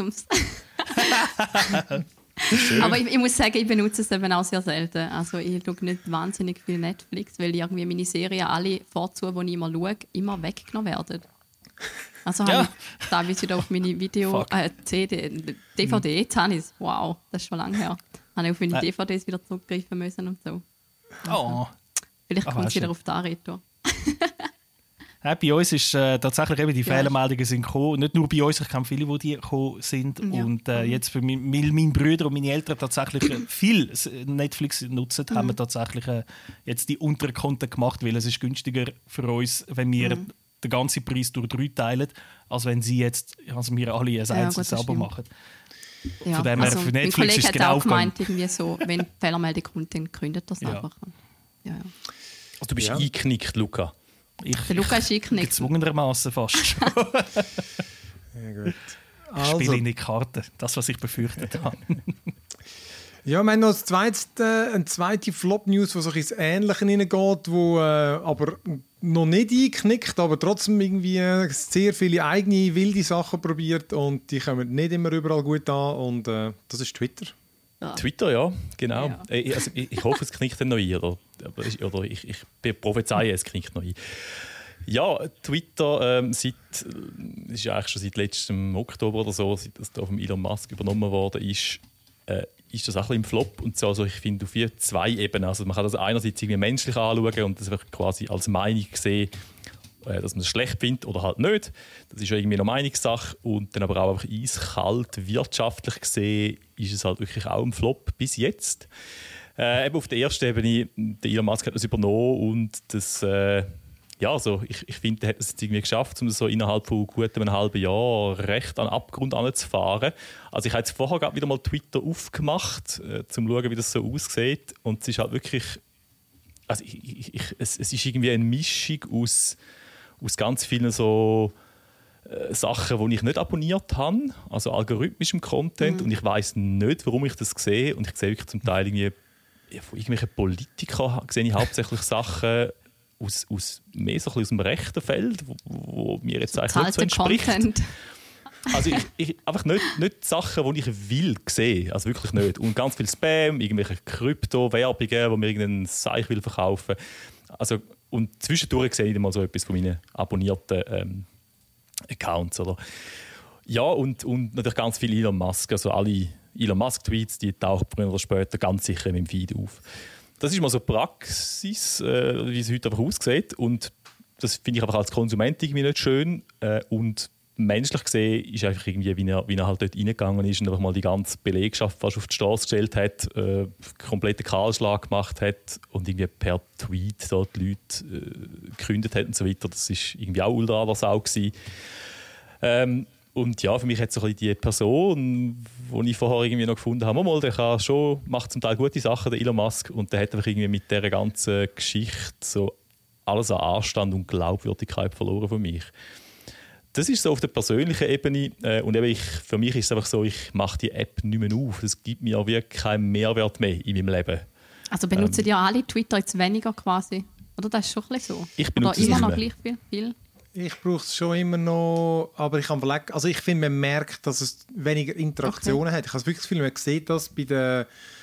Aber ich, ich muss sagen, ich benutze es eben auch sehr selten. Also ich schaue nicht wahnsinnig viel Netflix, weil irgendwie meine Serien alle vorzu, die ich immer schaue, immer weggenommen werden. Also ja. habe ich teilweise wieder auf meine Video, äh, C D, D V D, jetzt habe ich es. Wow, das ist schon lange her. Habe ich auf meine äh. D V Ds wieder zurückgreifen müssen und so. Also, Oh. vielleicht Ach, kommt es wieder schön. auf die Anretung. Ja, bei uns ist äh, tatsächlich eben die Ja. Fehlermeldungen sind gekommen. Nicht nur bei uns, ich kenne viele, die, die gekommen sind. Ja. Und äh, jetzt für mein, weil meine Brüder und meine Eltern tatsächlich äh, viel Netflix nutzen, haben wir tatsächlich äh, jetzt die unteren Konten gemacht, weil es ist günstiger für uns, wenn wir Mhm. den ganzen Preis durch drei teilen, als wenn sie jetzt, also wir alle ein Ja, einzelnes gut, das Abo stimmt. machen. Ja. Von dem her, Also, für mein Netflix Kollege ist es hat genau auch gemeint, aufgegangen. irgendwie so, wenn die Fehlermeldung kommt, dann kündet das Ja. einfach. Ja, ja. Also du bist Ja. eingeknickt, Luca. Ich, Der Luca ist eingeknickt. gezwungenermaßen fast schon. Ja, gut. Ich spiele Also, in die Karte. Das, was ich befürchtet habe. ja, wir haben noch das zweite, eine zweite Flop-News, die sich ins Ähnliche hineingeht, wo äh, aber noch nicht einknickt, aber trotzdem irgendwie sehr viele eigene wilde Sachen probiert und die kommen nicht immer überall gut an und äh, das ist Twitter. Ja. Twitter, ja, genau. Ja. Äh, Also, ich, ich hoffe, es knickt dann noch ein. Oder, aber ich- oder ich, ich prophezeie, es knickt noch ein. Ja, Twitter ähm, seit, äh, ist ja eigentlich schon seit letztem Oktober oder so, seit das da von Elon Musk übernommen worden ist, äh, ist das auch ein bisschen im Flop. Und so, also ich finde auf hier zwei Ebenen. Also man kann das einerseits irgendwie menschlich anschauen und das wirklich quasi als Meinung sehen äh, dass man es schlecht findet oder halt nicht. Das ist ja irgendwie eine Meinungssache. Und dann aber auch einfach eiskalt, wirtschaftlich gesehen, ist es halt wirklich auch ein Flop bis jetzt. Äh, eben auf der ersten Ebene, der Elon Musk hat das übernommen und das, äh, ja, also ich, ich finde, er hat es jetzt irgendwie geschafft, um so innerhalb von gut einem halben Jahr recht an den Abgrund anzufahren. Also ich habe jetzt vorher gerade wieder mal Twitter aufgemacht, äh, um zu schauen, wie das so aussieht. Und es ist halt wirklich, also ich, ich, ich, es, es ist irgendwie eine Mischung aus, aus ganz vielen so äh, Sachen, die ich nicht abonniert habe, also algorithmischem Content. Mhm. Und ich weiß nicht, warum ich das sehe. Und ich sehe wirklich zum Teil irgendwie ja, von irgendwelchen Politikern sehe ich hauptsächlich Sachen aus, aus, mehr so ein bisschen aus dem rechten Feld, wo, wo mir jetzt eigentlich nicht so entspricht. Content. Also ich, ich, einfach nicht, nicht Sachen, die ich will sehen, also wirklich nicht. Und ganz viel Spam, irgendwelche Krypto-Werbungen, wo mir irgendein Seich will verkaufen. Also, und zwischendurch sehe ich dann mal so etwas von meinen abonnierten ähm, Accounts. Oder? Ja, und, und natürlich ganz viel Elon Musk, also alle Elon Musk-Tweets, die tauchen früher oder später ganz sicher in meinem Feed auf. Das ist mal so Praxis, äh, wie es heute einfach aussieht. Und das finde ich einfach als Konsument irgendwie nicht schön. Äh, und menschlich gesehen ist einfach irgendwie, wie er, wie er halt dort reingegangen ist und einfach mal die ganze Belegschaft fast auf die Straße gestellt hat, äh, kompletten Kahlschlag gemacht hat und irgendwie per Tweet dort die Leute äh, gekündigt hat und so weiter. Das war irgendwie auch ultra an der Sau gewesen. Ähm, Und ja, für mich hat so ein bisschen die Person, die ich vorher irgendwie noch gefunden habe, mal, der kann schon, macht zum Teil gute Sachen, der Elon Musk, und der hat einfach irgendwie mit dieser ganzen Geschichte so alles an Anstand und Glaubwürdigkeit verloren von mich. Das ist so auf der persönlichen Ebene äh, und eben ich, für mich ist es einfach so, ich mache die App nicht mehr auf. Es gibt mir auch wirklich keinen Mehrwert mehr in meinem Leben. Also benutzen ähm, ja alle Twitter jetzt weniger quasi? Oder das ist schon ein bisschen so? Ich benutze Oder immer es noch gleich viel? viel? Ich brauche es schon immer noch, aber ich kann vielleicht, also ich finde, man merkt, dass es weniger Interaktionen okay. hat. Ich habe wirklich das Gefühl, man sieht das bei den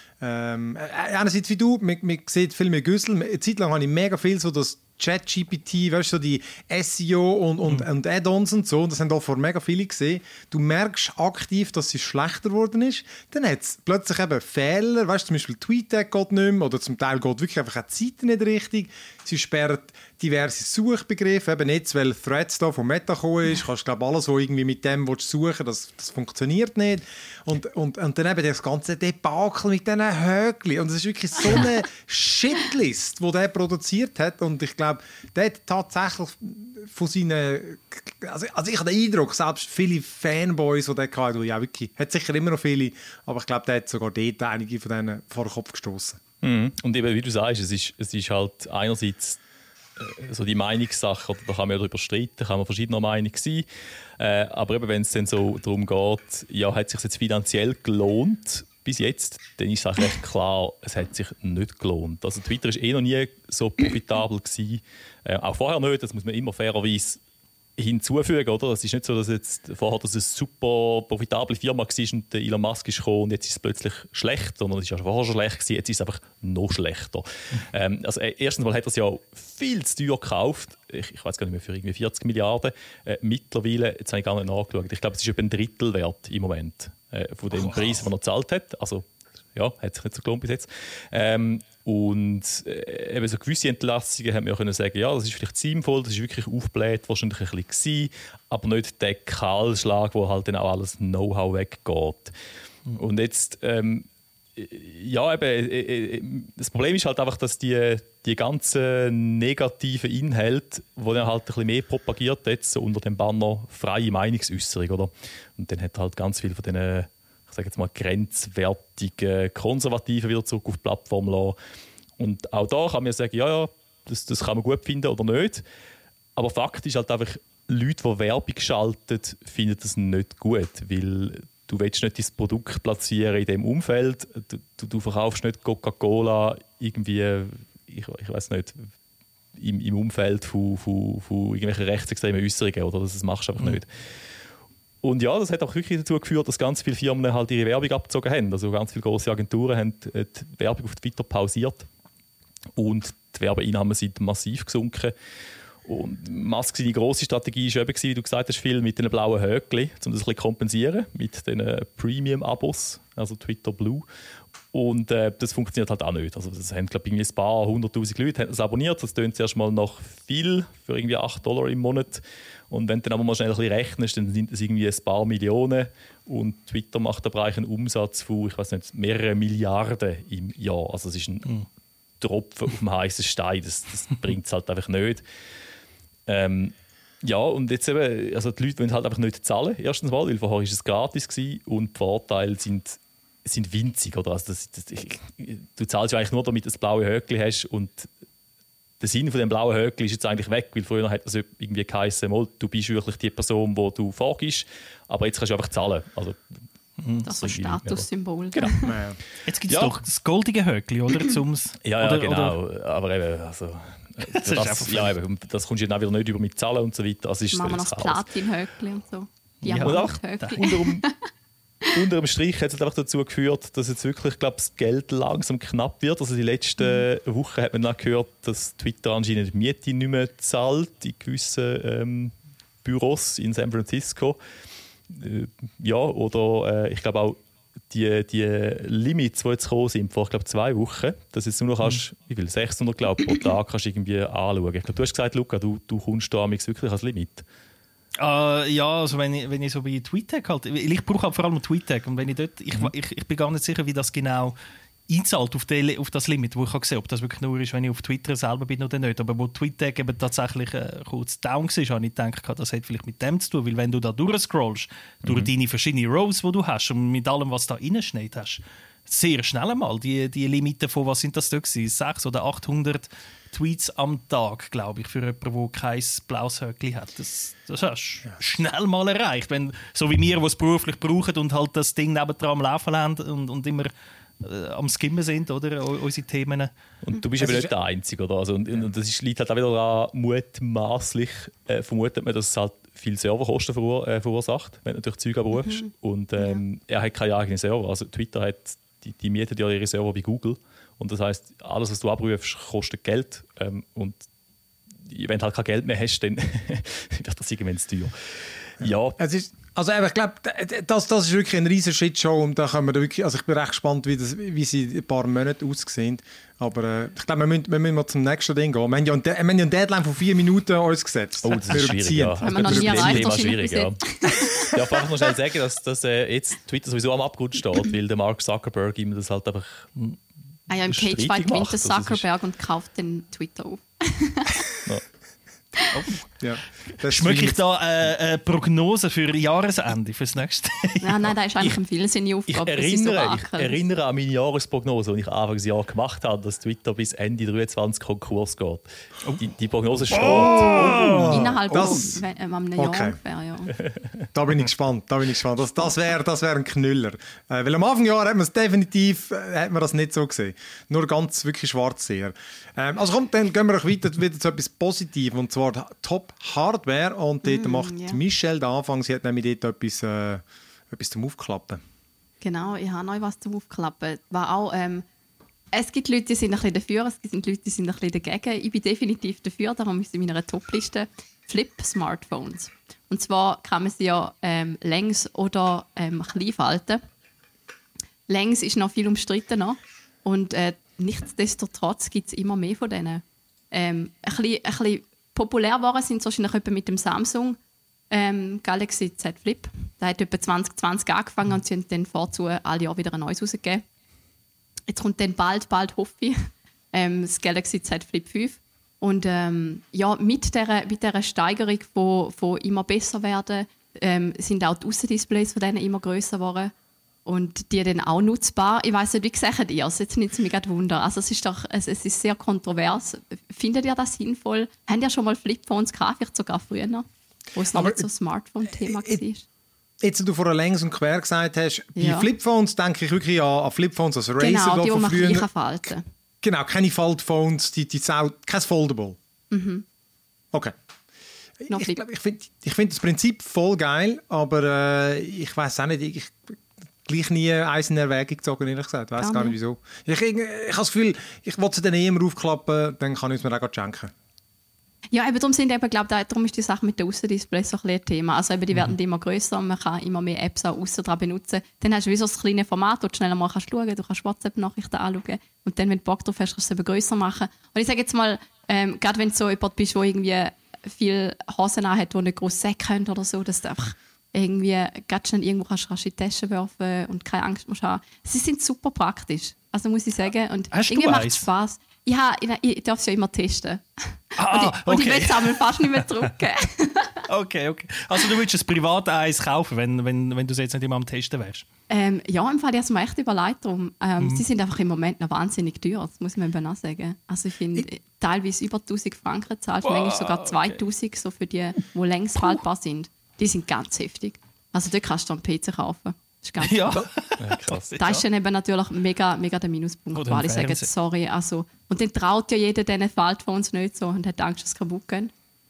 ähm, einerseits wie du, man, man sieht viel mehr Güssel. Eine Zeit lang habe ich mega viel so das ChatGPT, weißt du, so die S E O und, und, mhm. und Add-ons und so, und das haben da vor mega viele gesehen. Du merkst aktiv, dass sie schlechter geworden ist. Dann hat es plötzlich eben Fehler, weißt du, zum Beispiel TweetDeck geht nicht mehr, oder zum Teil geht wirklich einfach auch die Seite nicht richtig. Sie sperren diverse Suchbegriffe, eben jetzt, weil Threads da von Meta gekommen ist, kannst du glaube alles, was irgendwie mit dem willst suchen, das, das funktioniert nicht. Und, und, und dann eben das ganze Debakel mit diesen Höckli. Und es ist wirklich so eine Shitlist, die der produziert hat. Und ich glaube, der hat tatsächlich von seinen... Also, also ich habe den Eindruck, selbst viele Fanboys, die der hatte, ja wirklich, hat sicher immer noch viele, aber ich glaube, der hat sogar dort einige von denen vor den Kopf gestoßen. Mhm. Und eben, wie du sagst, es ist, es ist halt einerseits äh, so die Meinungssache, oder da kann man ja darüber streiten, kann man verschiedener Meinung sein, äh, aber eben, wenn es dann so darum geht, ja, hat es sich jetzt finanziell gelohnt bis jetzt, dann ist es auch recht klar, es hat sich nicht gelohnt. Also Twitter war eh noch nie so profitabel gewesen, äh, auch vorher nicht, das muss man immer fairerweise hinzufügen, oder? Es ist nicht so, dass jetzt vorher das eine super profitable Firma war und der Elon Musk ist gekommen und jetzt ist es plötzlich schlecht, sondern es war ja vorher schon schlecht gewesen, jetzt ist es einfach noch schlechter. Mhm. Ähm, also erstens mal hat er es ja viel zu teuer gekauft, ich, ich weiß gar nicht mehr, für irgendwie vierzig Milliarden. Äh, mittlerweile, jetzt habe ich gar nicht nachgeschaut, ich glaube, es ist etwa ein Drittel wert im Moment äh, von dem oh, Preis, wow. den er gezahlt hat. Also ja, hat sich nicht so gelohnt bis jetzt. Ähm, und äh, eben so gewisse Entlassungen haben wir können sagen, ja, das ist vielleicht sinnvoll, das ist wirklich aufgebläht, wahrscheinlich ein bisschen gewesen, aber nicht der Kahlschlag, wo halt dann auch alles Know-how weggeht. Mhm. Und jetzt, ähm, ja, eben, äh, äh, das Problem ist halt einfach, dass die, die ganzen negativen Inhalte, die er halt ein bisschen mehr propagiert, jetzt so unter dem Banner freie Meinungsäußerung, oder? Und dann hat halt ganz viel von diesen, ich sage jetzt mal, grenzwertigen Konservativen wieder zurück auf die Plattform lassen. Und auch da kann man sagen, ja, ja, das, das kann man gut finden oder nicht. Aber Fakt ist halt einfach, Leute, die Werbung schalten, finden das nicht gut, weil du willst nicht dein Produkt platzieren in diesem Umfeld. Du, du, du verkaufst nicht Coca-Cola irgendwie, ich, ich weiß nicht, im, im Umfeld von, von, von irgendwelchen rechtsextremen Äußerungen, oder? Das machst du einfach mhm. nicht. Und ja, das hat auch wirklich dazu geführt, dass ganz viele Firmen halt ihre Werbung abgezogen haben. Also ganz viele große Agenturen haben die Werbung auf Twitter pausiert und die Werbeeinnahmen sind massiv gesunken. Und Musk seine grosse Strategie war eben, wie du gesagt hast, viel mit den blauen Höckchen, um das ein bisschen kompensieren, mit den Premium-Abos, also Twitter Blue. Und äh, das funktioniert halt auch nicht. Also das haben, glaube ich, ein paar hunderttausend Leute haben das abonniert. Das tönt zuerst mal nach viel, für irgendwie acht Dollar im Monat. Und wenn du dann aber mal schnell ein bisschen rechnest, dann sind es irgendwie ein paar Millionen. Und Twitter macht aber eigentlich einen Umsatz von, ich weiß nicht, mehreren Milliarden im Jahr. Also es ist ein mhm. Tropfen auf dem heißen Stein. Das, das bringt es halt einfach nicht. Ähm, ja, und jetzt eben, also die Leute wollen halt einfach nicht zahlen, erstens mal, weil vorher war es gratis gewesen und die Vorteile sind, sind winzig. Oder? Also das, das, ich, du zahlst ja eigentlich nur, damit du das blaue Höckchen hast und der Sinn von dem blauen Höckchen ist jetzt eigentlich weg, weil früher hat das irgendwie geheißen, mal, du bist wirklich die Person, die du vorgibst, aber jetzt kannst du einfach zahlen. Also, das ist ein Statussymbol. Genau. Jetzt gibt es ja. doch das goldige Höckchen, oder? Zum's, ja, ja oder, genau. Oder? Aber eben, also... Das, das, ja, eben, das kommst du dann auch wieder nicht über mit Zahlen und so weiter. Also ist machen wir noch das Platin-Höckchen und so. Diamant-Höckchen. Unter, unter dem Strich hat es einfach dazu geführt, dass jetzt wirklich, glaube das Geld langsam knapp wird. Also die letzten mhm. Wochen hat man dann gehört, dass Twitter anscheinend die Miete nicht mehr zahlt in gewissen ähm, Büros in San Francisco. Äh, ja, oder äh, ich glaube auch die, die Limits, die jetzt gekommen sind, vor ich glaube, zwei Wochen, dass jetzt nur noch kannst, wie viel, sechshundert glaub, pro Tag kannst du irgendwie anschauen. Ich glaube, du hast gesagt, Luca, du, du kommst da wirklich als Limit. Uh, ja, also wenn ich, wenn ich so bei TweetDeck halt, ich brauche halt vor allem TweetDeck und wenn ich dort, ich, ich, ich bin gar nicht sicher, wie das genau einzahlt auf, die, auf das Limit, wo ich kann sehen, ob das wirklich nur ist, wenn ich auf Twitter selber bin oder nicht. Aber wo TweetDeck eben tatsächlich äh, kurz down war, habe ich gedacht, das hat vielleicht mit dem zu tun, weil wenn du da durchscrollst, mhm. durch deine verschiedenen Rows, die du hast und mit allem, was da reinschneit hast, sehr schnell einmal die, die Limite von, was sind das da gewesen? sechshundert oder achthundert Tweets am Tag, glaube ich, für jemanden, der kein blaues Höckchen hat. Das, das hast du ja. schnell mal erreicht. Wenn, so wie wir, die es beruflich brauchen und halt das Ding nebendran am Laufen haben und, und immer äh, am Skimmen sind, oder? O- unsere Themen. Und du bist eben nicht der Einzige, oder? Also, und, ja. und das ist, liegt halt auch wieder daran, mutmaßlich äh, vermutet man, dass es halt viel Serverkosten verur- äh, verursacht, wenn du natürlich Zeug abrufst. Mhm. Und ähm, ja. er hat keine eigenen Server. Also Twitter hat, die, die mietet ja ihre Server bei Google. Und das heisst, alles, was du abrufst, kostet Geld. Ähm, und wenn du halt kein Geld mehr hast, dann wird das irgendwann zu teuer. Ja. Es ist, also ich glaube, das, das ist wirklich ein riesen Shitshow. Und da können wir wirklich, also ich bin recht gespannt, wie, das, wie sie in ein paar Monaten aussehen. Aber äh, ich glaube, wir müssen, wir müssen mal zum nächsten Ding gehen. Wir haben ja eine, wir haben ja eine Deadline von vier Minuten uns gesetzt. Oh, das ist schwierig, ja. Haben wir noch nie erreicht, das schwierig, ja. Ich darf einfach noch schnell sagen, dass, dass äh, jetzt Twitter sowieso am Abgrund steht, weil der Mark Zuckerberg ihm das halt einfach... Ah ja, im Cagefight gewinnt der Zuckerberg und kauft den Twitter auf. Ja. Oh. Ja, schmecke ich da eine äh, äh, Prognose für Jahresende, fürs nächste Jahr? Ja, nein, das ist eigentlich ein viel seine Aufgabe. Ich erinnere, ich erinnere an meine Jahresprognose, die ich Anfangsjahr gemacht habe, dass Twitter bis Ende dreiundzwanzig Konkurs geht. Oh. Die, die Prognose steht. Oh. Innerhalb das, von einem Jahr okay. ungefähr, ja. Da bin ich gespannt, da bin ich gespannt. Das, das wäre das wär ein Knüller. Äh, weil am Anfang Jahr hat man es definitiv äh, hat man das nicht so gesehen. Nur ganz wirklich schwarz sehr. Ähm, also komm, dann gehen wir auch weiter wieder zu etwas Positivem, und zwar Top Hardware. Und dort mm, macht yeah. Michelle den Anfang. Sie hat nämlich dort etwas, äh, etwas zum Aufklappen. Genau, ich habe noch was zum Aufklappen. War auch, ähm, es gibt Leute, die sind ein bisschen dafür, es gibt Leute, die sind ein bisschen dagegen. Ich bin definitiv dafür, darum ist in meiner Top-Liste Flip-Smartphones. Und zwar kann man sie ja ähm, längs oder ähm, klein falten. Längs ist noch viel umstrittener. Und äh, nichtsdestotrotz gibt es immer mehr von denen. Ähm, ein bisschen, ein bisschen populär waren sind es wahrscheinlich etwa mit dem Samsung ähm, Galaxy Z Flip. Der hat etwa zwanzig zwanzig angefangen und sie haben dann vorzu alle Jahre wieder ein neues rausgegeben. Jetzt kommt dann bald, bald hoffe ich, ähm, das Galaxy Z Flip fünf. Und ähm, ja, mit dieser mit der Steigerung von, von immer besser werden, ähm, sind auch die Aussendisplays von denen immer grösser geworden. Und die dann auch nutzbar. Ich weiss nicht, wie gesagt ihr es? Jetzt nimmt es mich gerade Wunder. Also es ist doch, es, es ist sehr kontrovers. Findet ihr das sinnvoll? Haben ihr schon mal Flipphones gehabt, vielleicht sogar früher noch, wo es noch Aber nicht so ein Smartphone-Thema äh, war? Jetzt, du vorher längs und quer gesagt hast, ja. bei Flipphones denke ich wirklich an, an Flipphones als Razer. Genau, die, die von man früher. gleich falten. Genau, keine Foldphones, die, die Sau, kein Foldable. Mhm. Okay. No ich ich finde ich find das Prinzip voll geil, aber äh, ich weiß auch nicht, ich gleich nie eins in Erwägung gezogen, ehrlich gesagt. Ich weiß gar nicht wieso. Ich, ich, ich habe das Gefühl, ich will sie dann eh immer aufklappen, dann kann ich es mir auch schenken. Ja, eben darum, sind eben, glaub, da, darum ist die Sache mit den Aussendisplays so ein, ein Thema. Also eben, die werden Mhm. immer grösser und man kann immer mehr Apps auch aussen dran benutzen. Dann hast du wie so ein kleines Format, wo du schneller mal kannst schauen, du kannst WhatsApp-Nachrichten anschauen und dann, wenn du Bock drauf hast, kannst du es eben grösser machen. Und ich sage jetzt mal, ähm, gerade wenn du so jemand bist, der irgendwie viele Hosen anhat, die nicht groß sehen können oder so, dass du einfach irgendwie ganz schnell irgendwo kannst, kannst in die Tasche werfen und keine Angst musst haben. Sie sind super praktisch, also muss ich sagen. Und Hast du irgendwie macht eins? es Spass. Ja, ich, ich darf es ja immer testen. Ah, und ich, und ich okay. will es einmal fast nicht mehr drücken. Okay, okay. Also du würdest ein privat eins kaufen, wenn, wenn, wenn du es jetzt nicht immer am Testen wärst? ähm, ja, im Fall, ich habe es mir echt überlegt. Darum. Ähm, Mhm. Sie sind einfach im Moment noch wahnsinnig teuer, das muss man eben auch sagen. Also ich finde, teilweise über tausend Franken zahlst, Wow, manchmal sogar zweitausend, so für die, die längst haltbar sind. Die sind ganz heftig. Also dort kannst du einen P C kaufen. Das ist ganz Ja. Ja, krass. Da ist dann eben natürlich mega, mega der Minuspunkt, Oder weil im ich sage, Fernsehen. sorry, also, und dann traut ja jeder diesen Faltphones nicht so und hat Angst, dass es kaputt geht.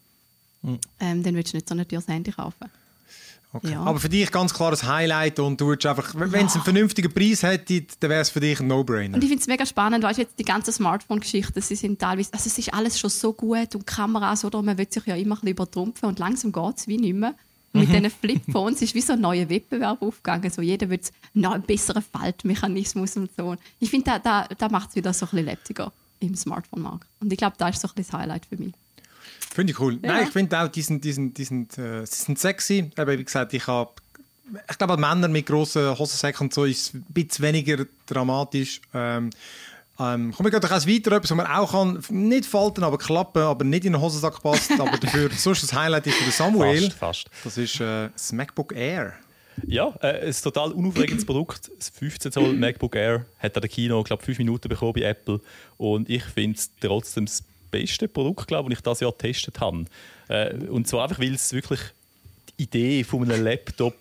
Mhm. Ähm, dann willst du nicht so ein teures Handy kaufen. Okay. Ja. Aber für dich ganz klares Highlight und du würdest einfach, wenn es einen vernünftigen Preis hätte, dann wäre es für dich ein No-Brainer. Und ich finde es mega spannend, weißt du, jetzt die ganzen Smartphone-Geschichten, sie sind teilweise, also es ist alles schon so gut und Kameras, oder? Man will sich ja immer ein bisschen übertrumpfen und langsam geht es wie nicht mehr. Und mit diesen Flip-Phones ist wie so ein neuer Wettbewerb aufgegangen. So, jeder will noch einen besseren Faltmechanismus und so. Ich finde, da, da, da macht es wieder so ein bisschen lebendiger im Smartphone-Markt. Und ich glaube, da ist so ein bisschen das Highlight für mich. Finde ich cool. Ja. Nein, ich finde auch, die sind, die sind, die sind, äh, sie sind sexy. Aber wie gesagt, ich habe, ich glaube, Männer mit grossen Hosensäcken und so ist es ein bisschen weniger dramatisch. Ähm, ähm, kommen wir gerade eins weiter, etwas, was man auch kann, nicht falten, aber klappen, aber nicht in den Hosensack passt. Aber dafür, sonst das Highlight ist für den Samuel. Fast, fast. Das ist äh, das MacBook Air. Ja, äh, ein total unaufregendes Produkt. Das fünfzehn Zoll MacBook Air hat an der Kino, glaube fünf Minuten bekommen bei Apple. Und ich finde es trotzdem das beste Produkt, glaube ich, das ich dieses Jahr getestet habe. Äh, und zwar einfach, weil es wirklich die Idee von einem Laptop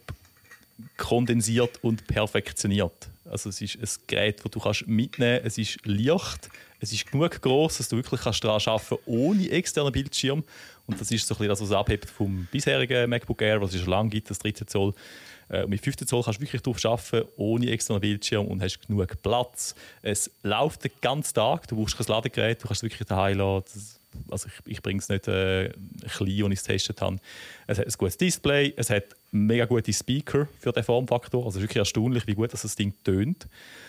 kondensiert und perfektioniert. Also es ist ein Gerät, das du kannst mitnehmen kannst. Es ist leicht, es ist genug gross, dass du wirklich kannst daran arbeiten kannst, ohne externen Bildschirm. Und das ist so ein bisschen das, was es abhebt vom bisherigen MacBook Air, was es schon lange gibt, das dreizehn Zoll. Äh, und mit fünfzehn Zoll kannst du wirklich darauf arbeiten, ohne externen Bildschirm und hast genug Platz. Es läuft den ganzen Tag, du brauchst kein Ladegerät, du kannst es wirklich daheim lassen. Also ich, ich bringe es nicht äh, klein, als ich es getestet habe. Es hat ein gutes Display, es hat mega gute Speaker für den Formfaktor. Also es ist wirklich erstaunlich, wie gut das Ding tönt.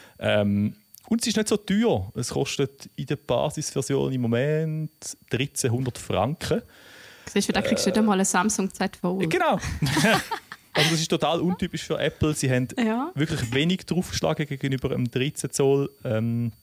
Ähm, und es ist nicht so teuer. Es kostet in der Basisversion im Moment dreizehnhundert Franken. Siehst du, da kriegst du nicht einmal ein Samsung Z Fold. Genau. Also das ist total untypisch für Apple. Sie haben Ja. wirklich wenig draufgeschlagen gegenüber einem dreizehn Zoll. Ähm,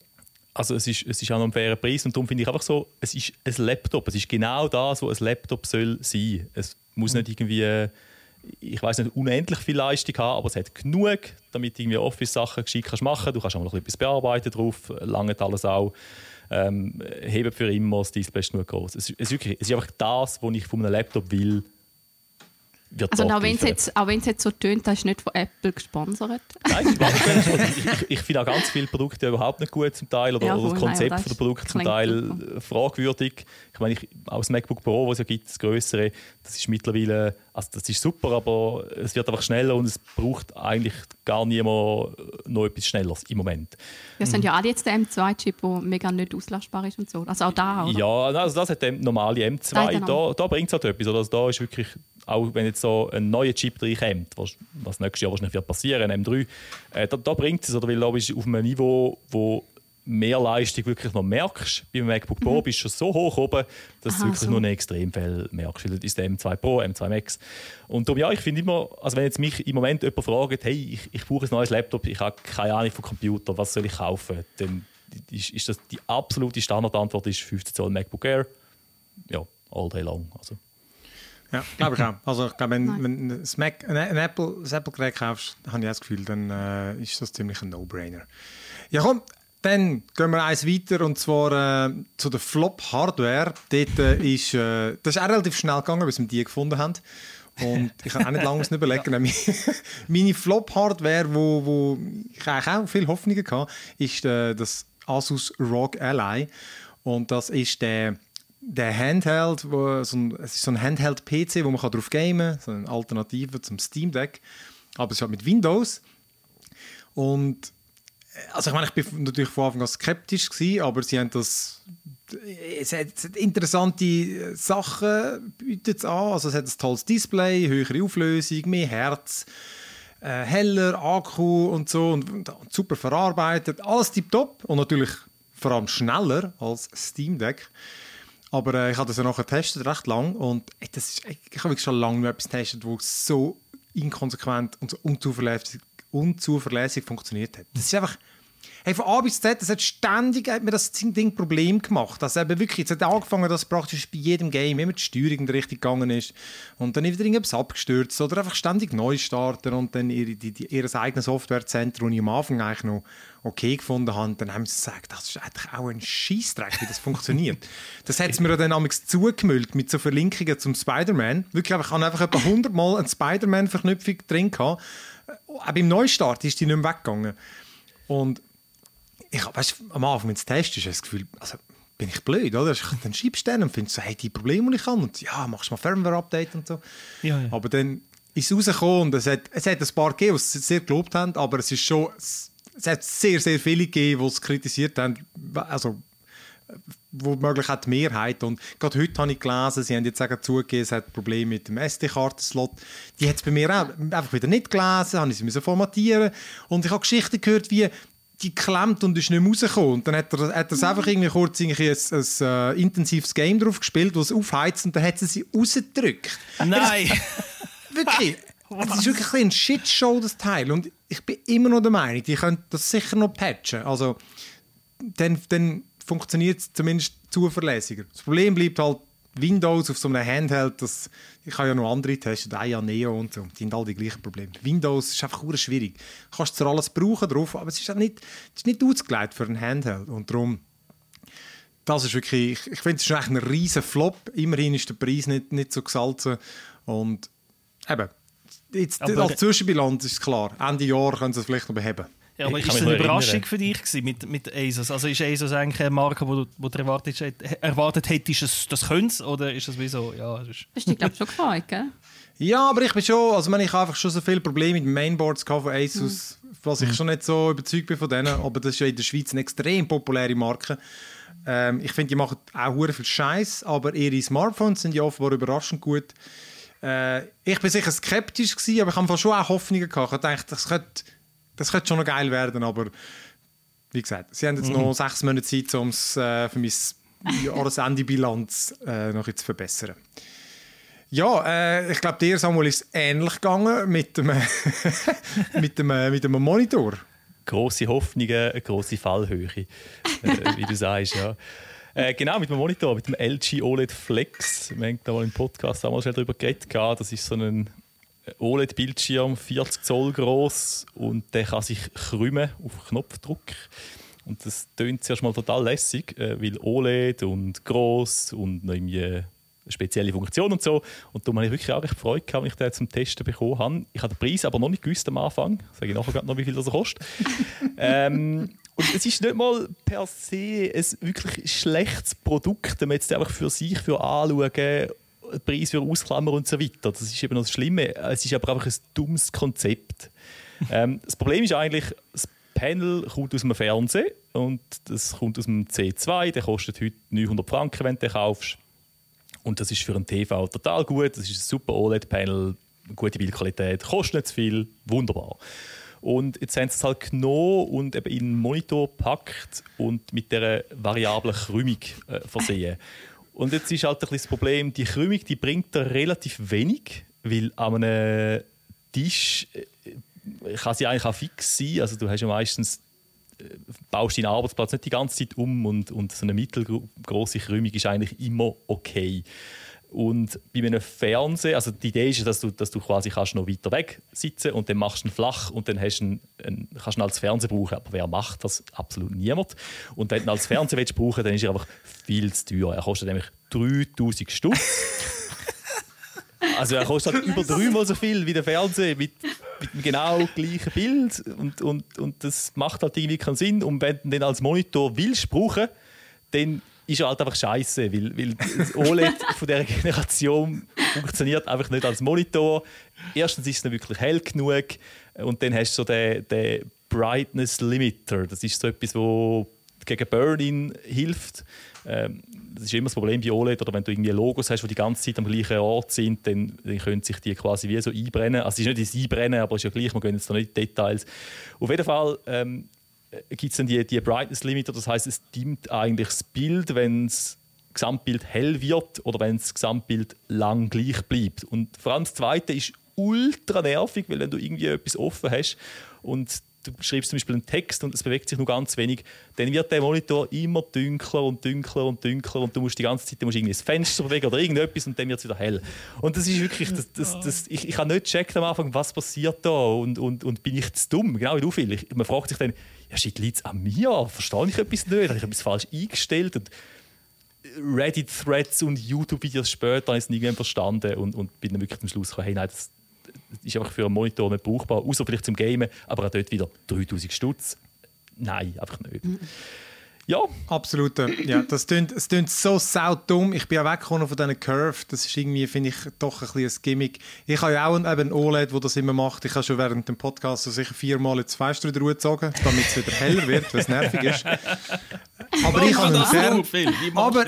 also es ist, es ist auch noch ein fairer Preis und darum finde ich einfach so, es ist ein Laptop. Es ist genau das, was ein Laptop soll sein. Es muss nicht irgendwie, ich weiß nicht, unendlich viel Leistung haben, aber es hat genug, damit du irgendwie Office-Sachen geschickt kannst machen. Du kannst auch noch etwas bearbeiten drauf, lange alles auch. Ähm, hebt für immer, das Display ist genug groß. Es, es, ist wirklich, es ist einfach das, was ich von einem Laptop will. Wird Also dort auch wenn es geliefert. jetzt, auch wenn's jetzt so tönt, das ist nicht von Apple gesponsert. Nein, das macht es nicht. Also ich, ich, ich finde auch ganz viele Produkte überhaupt nicht gut zum Teil oder, Ja, oder das voll, Konzept nein, aber der das Produkte zum klingt Teil super. fragwürdig. Ich meine, ich, auch das MacBook Pro, das es ja gibt, das größere, das ist mittlerweile, also das ist super, aber es wird einfach schneller und es braucht eigentlich gar niemand noch etwas Schnelleres im Moment. Wir sind ja alle jetzt der M zwei Chip, der mega nicht auslastbar ist und so. Also auch da, oder? Ja, also das hat der normale M zwei, Nein, genau. da, da bringt es halt etwas. Also da ist wirklich, auch wenn jetzt so ein neuer Chip reinkommt, was, was nächstes Jahr wahrscheinlich wird passieren, ein M drei, äh, da, da bringt es, oder weil da bist du auf einem Niveau, wo mehr Leistung wirklich noch merkst. Beim MacBook Pro Mhm. bist du schon so hoch oben, dass Aha, du wirklich so. nur einen Extremfall merkst. Weil das ist der M zwei Pro, M zwei Max. Und darum, ja, ich finde immer, also wenn jetzt mich im Moment jemand fragt, hey, ich, ich brauche ein neues Laptop, ich habe keine Ahnung von Computer, was soll ich kaufen? Dann ist, ist das die absolute Standardantwort ist fünfzehn Zoll MacBook Air. Ja, all day long. Also. Ja, glaube ich auch. Also ich glaube, wenn, Nice. wenn du das Mac, ein, ein Apple, das Apple-Gerät kaufst, habe ich das Gefühl, dann äh, ist das ziemlich ein No-Brainer. Ja komm, dann gehen wir eins weiter und zwar äh, zu der Flop-Hardware. Dort äh, ist, äh, das ist auch relativ schnell gegangen, bis wir die gefunden haben. Und ich kann auch nicht lange überlegen. ja. Meine Flop-Hardware, wo, wo ich eigentlich auch viel Hoffnungen hatte, ist äh, das Asus R O G Ally. Und das ist der der Handheld, wo so ein, es ist so ein Handheld-P C, wo man drauf gamen kann, so eine Alternative zum Steam Deck. Aber es ist halt mit Windows. Und also ich meine, ich bin natürlich von Anfang an skeptisch gewesen, aber sie haben das es hat, es hat interessante Sachen, bietet es an. Also es hat ein tolles Display, höhere Auflösung, mehr Herz, äh, heller, Akku und so und, und, und super verarbeitet. Alles tipptopp und natürlich vor allem schneller als Steam Deck. Aber äh, ich habe das ja nachher getestet, recht lang. Und äh, das ist, ich habe wirklich schon lange etwas getestet, das so inkonsequent und so unzuverlässig, unzuverlässig funktioniert hat. Das ist einfach... Hey, von A bis Z, das hat ständig hat mir das Ding Problem gemacht. Also eben wirklich, es hat angefangen, dass praktisch bei jedem Game immer die Steuerung in die Richtung gegangen ist und dann wieder irgendwas abgestürzt oder einfach ständig neu starten und dann ihre, die, die, ihr eigenes Softwarezentrum, das ich am Anfang eigentlich noch okay gefunden habe, dann haben sie gesagt, das ist eigentlich auch ein Scheissdreck, wie das funktioniert. Das hat es mir dann amigs zugemüllt mit so Verlinkungen zum Spider-Man. Wirklich, ich habe einfach etwa hundert Mal eine Spider-Man-Verknüpfung drin gehabt. Auch beim Neustart ist die nicht mehr weggegangen. Und ich habe, weißt, am Anfang, wenn du es testest, hast du das Gefühl, also, bin ich blöd, oder? Dann schreibst du dann und findest so, hey, die Probleme, die ich habe, und ja, machst du mal Firmware-Update und so. Ja, ja. Aber dann ist es rausgekommen und es hat, es hat ein paar gegeben, die es sehr gelobt haben, aber es ist schon, es, es hat sehr, sehr viele gegeben, die es kritisiert haben, also womöglich auch die Mehrheit. Und gerade heute habe ich gelesen, sie haben jetzt auch zugegeben, es hat Probleme mit dem S D-Kartenslot. Die hat es bei mir auch einfach wieder nicht gelesen, habe ich sie müssen formatieren. Und ich habe Geschichten gehört, wie die klemmt und ist nicht mehr rausgekommen. Und dann hat er, hat er es einfach irgendwie kurz irgendwie ein, ein, ein uh, intensives Game drauf gespielt, das es aufheizt und dann hat sie sie rausgedrückt. Nein! Wirklich. Es ist wirklich ein Shitshow, das Teil. Und ich bin immer noch der Meinung, die können das sicher noch patchen. Also, dann, dann funktioniert es zumindest zuverlässiger. Das Problem bleibt halt, Windows auf so einem Handheld, das, ich habe ja noch andere getestet, Aya, Neo und so, die haben alle die gleichen Probleme. Windows ist einfach schwierig. Du kannst zwar alles brauchen drauf, aber es ist halt nicht, es ist nicht ausgelegt für ein Handheld. Und darum, das ist wirklich, ich, ich finde, es ist echt ein riesen Flop. Immerhin ist der Preis nicht, nicht so gesalzen. Und eben, jetzt, als Zwischenbilanz ist es klar, Ende Jahr können sie es vielleicht noch beheben. Ja, aber ist das eine Überraschung erinnern. Für dich gewesen mit, mit ASUS? Also ist ASUS eigentlich eine Marke, wo du, wo du erwartet, erwartet hättest, dass das könnte oder ist das wie so? Ja, das ist... Hast du dich, glaube ich, schon gefreut, gell? Ja, aber ich bin schon, also ich habe einfach schon so viele Probleme mit den Mainboards von ASUS, mhm. was ich schon nicht so überzeugt bin von denen, aber das ist ja in der Schweiz eine extrem populäre Marke. Ähm, ich finde, die machen auch sehr viel Scheiß, aber ihre Smartphones sind ja offenbar überraschend gut. Äh, ich bin sicher skeptisch gewesen, aber ich habe schon auch Hoffnungen gehabt. Ich dachte, das könnte Das könnte schon noch geil werden, aber wie gesagt, sie haben jetzt mhm. noch sechs Monate Zeit, um es äh, für meine Jahresende-Bilanz äh, noch zu verbessern. Ja, äh, ich glaube, dir, Samuel, ist es ähnlich gegangen mit dem, mit dem, äh, mit dem Monitor. Grosse Hoffnungen, eine grosse Fallhöhe, äh, wie du sagst, ja. Äh, genau, mit dem Monitor, mit dem L G O L E D Flex. Wir haben da mal im Podcast damals schon darüber geredet. Das ist so ein O L E D-Bildschirm, vierzig Zoll groß und der kann sich krümmen auf Knopfdruck. Und das tönt zuerst mal total lässig, weil O L E D und gross und noch irgendwie eine spezielle Funktion und so. Und da habe ich wirklich auch recht Freude gehabt, als ich den zum Testen bekommen habe. Ich habe den Preis aber noch nicht gewusst am Anfang. Ich sage nachher noch, wie viel das kostet. ähm, und es ist nicht mal per se ein wirklich schlechtes Produkt, wenn man jetzt einfach für sich für anschauen, den Preis für ausklammern und so weiter. Das ist eben noch das Schlimme. Es ist aber einfach ein dummes Konzept. ähm, das Problem ist eigentlich, das Panel kommt aus dem Fernsehen und das kommt aus dem C zwei. Der kostet heute neunhundert Franken, wenn du den kaufst. Und das ist für einen T V total gut. Das ist ein super O L E D-Panel, gute Bildqualität, kostet nicht zu viel, wunderbar. Und jetzt haben sie es halt genommen und eben in einen Monitor gepackt und mit dieser variablen Krümmung äh, versehen. Und jetzt ist halt ein bisschen das Problem, die Krümmung, die bringt da relativ wenig, weil an einem Tisch äh, kann sie eigentlich auch fix sein. Also du hast ja meistens, äh, baust deinen Arbeitsplatz nicht die ganze Zeit um und, und so eine mittelgroße Krümmung ist eigentlich immer okay. Und bei einem Fernseher, also die Idee ist, dass du, dass du quasi kannst noch weiter weg sitzen und dann machst du ihn flach und dann hast du ihn, einen, kannst du ihn als Fernseher brauchen. Aber wer macht das? Absolut niemand. Und wenn du ihn als Fernseher willst brauchen, dann ist er einfach viel zu teuer. Er kostet nämlich dreitausend Stutz. Also er kostet halt über dreimal so viel wie der Fernseher mit, mit dem genau gleichen Bild und, und, und das macht halt irgendwie keinen Sinn. Und wenn du den als Monitor willst brauchen, dann ist halt einfach scheiße, weil, weil das O L E D von dieser Generation funktioniert einfach nicht als Monitor. Erstens ist es nicht wirklich hell genug und dann hast du so den, den Brightness Limiter. Das ist so etwas, wo gegen Burn-in hilft. Ähm, das ist immer das Problem bei O L E D, oder wenn du irgendwie Logos hast, die die ganze Zeit am gleichen Ort sind, dann, dann können sich die quasi wie so einbrennen. Also es ist nicht das Einbrennen, aber es ist ja gleich, wir gehen jetzt noch nicht in Details. Auf jeden Fall ähm, gibt es dann die, die Brightness Limiter, das heisst, es dimmt eigentlich das Bild, wenn das Gesamtbild hell wird oder wenn das Gesamtbild lang gleich bleibt. Und vor allem das Zweite ist ultra nervig, weil wenn du irgendwie etwas offen hast und du schreibst zum Beispiel einen Text und es bewegt sich nur ganz wenig, dann wird der Monitor immer dunkler und dunkler und dunkler und du musst die ganze Zeit du musst irgendwie das Fenster bewegen oder irgendetwas und dann wird es wieder hell. Und das ist wirklich, das, das, das, ich, ich habe nicht gecheckt am Anfang, was passiert da und, und, und bin ich zu dumm, genau wie du, Phil. Man fragt sich dann, ja shit, liegt es an mir? Verstehe ich etwas nicht? Habe ich etwas falsch eingestellt? Und Reddit-Threads und YouTube-Videos später habe ich es irgendwann verstanden und, und bin dann wirklich am Schluss gekommen, hey, nein, das ist einfach für einen Monitor nicht brauchbar, außer vielleicht zum Gamen, aber auch dort wieder dreitausend Stutz. Nein, einfach nicht. Mhm. Ja. Absolut. Ja, das klingt, es klingt so saudumm. Ich bin ja weggekommen von diesen Curve. Das ist irgendwie, finde ich, doch ein bisschen ein Gimmick. Ich habe ja auch einen, einen O L E D, der das immer macht. Ich habe schon während dem Podcast so sicher viermal ins Fenster drüber gezogen, damit es wieder heller wird, weil es nervig ist. Aber ich habe einen Fernseher. Aber,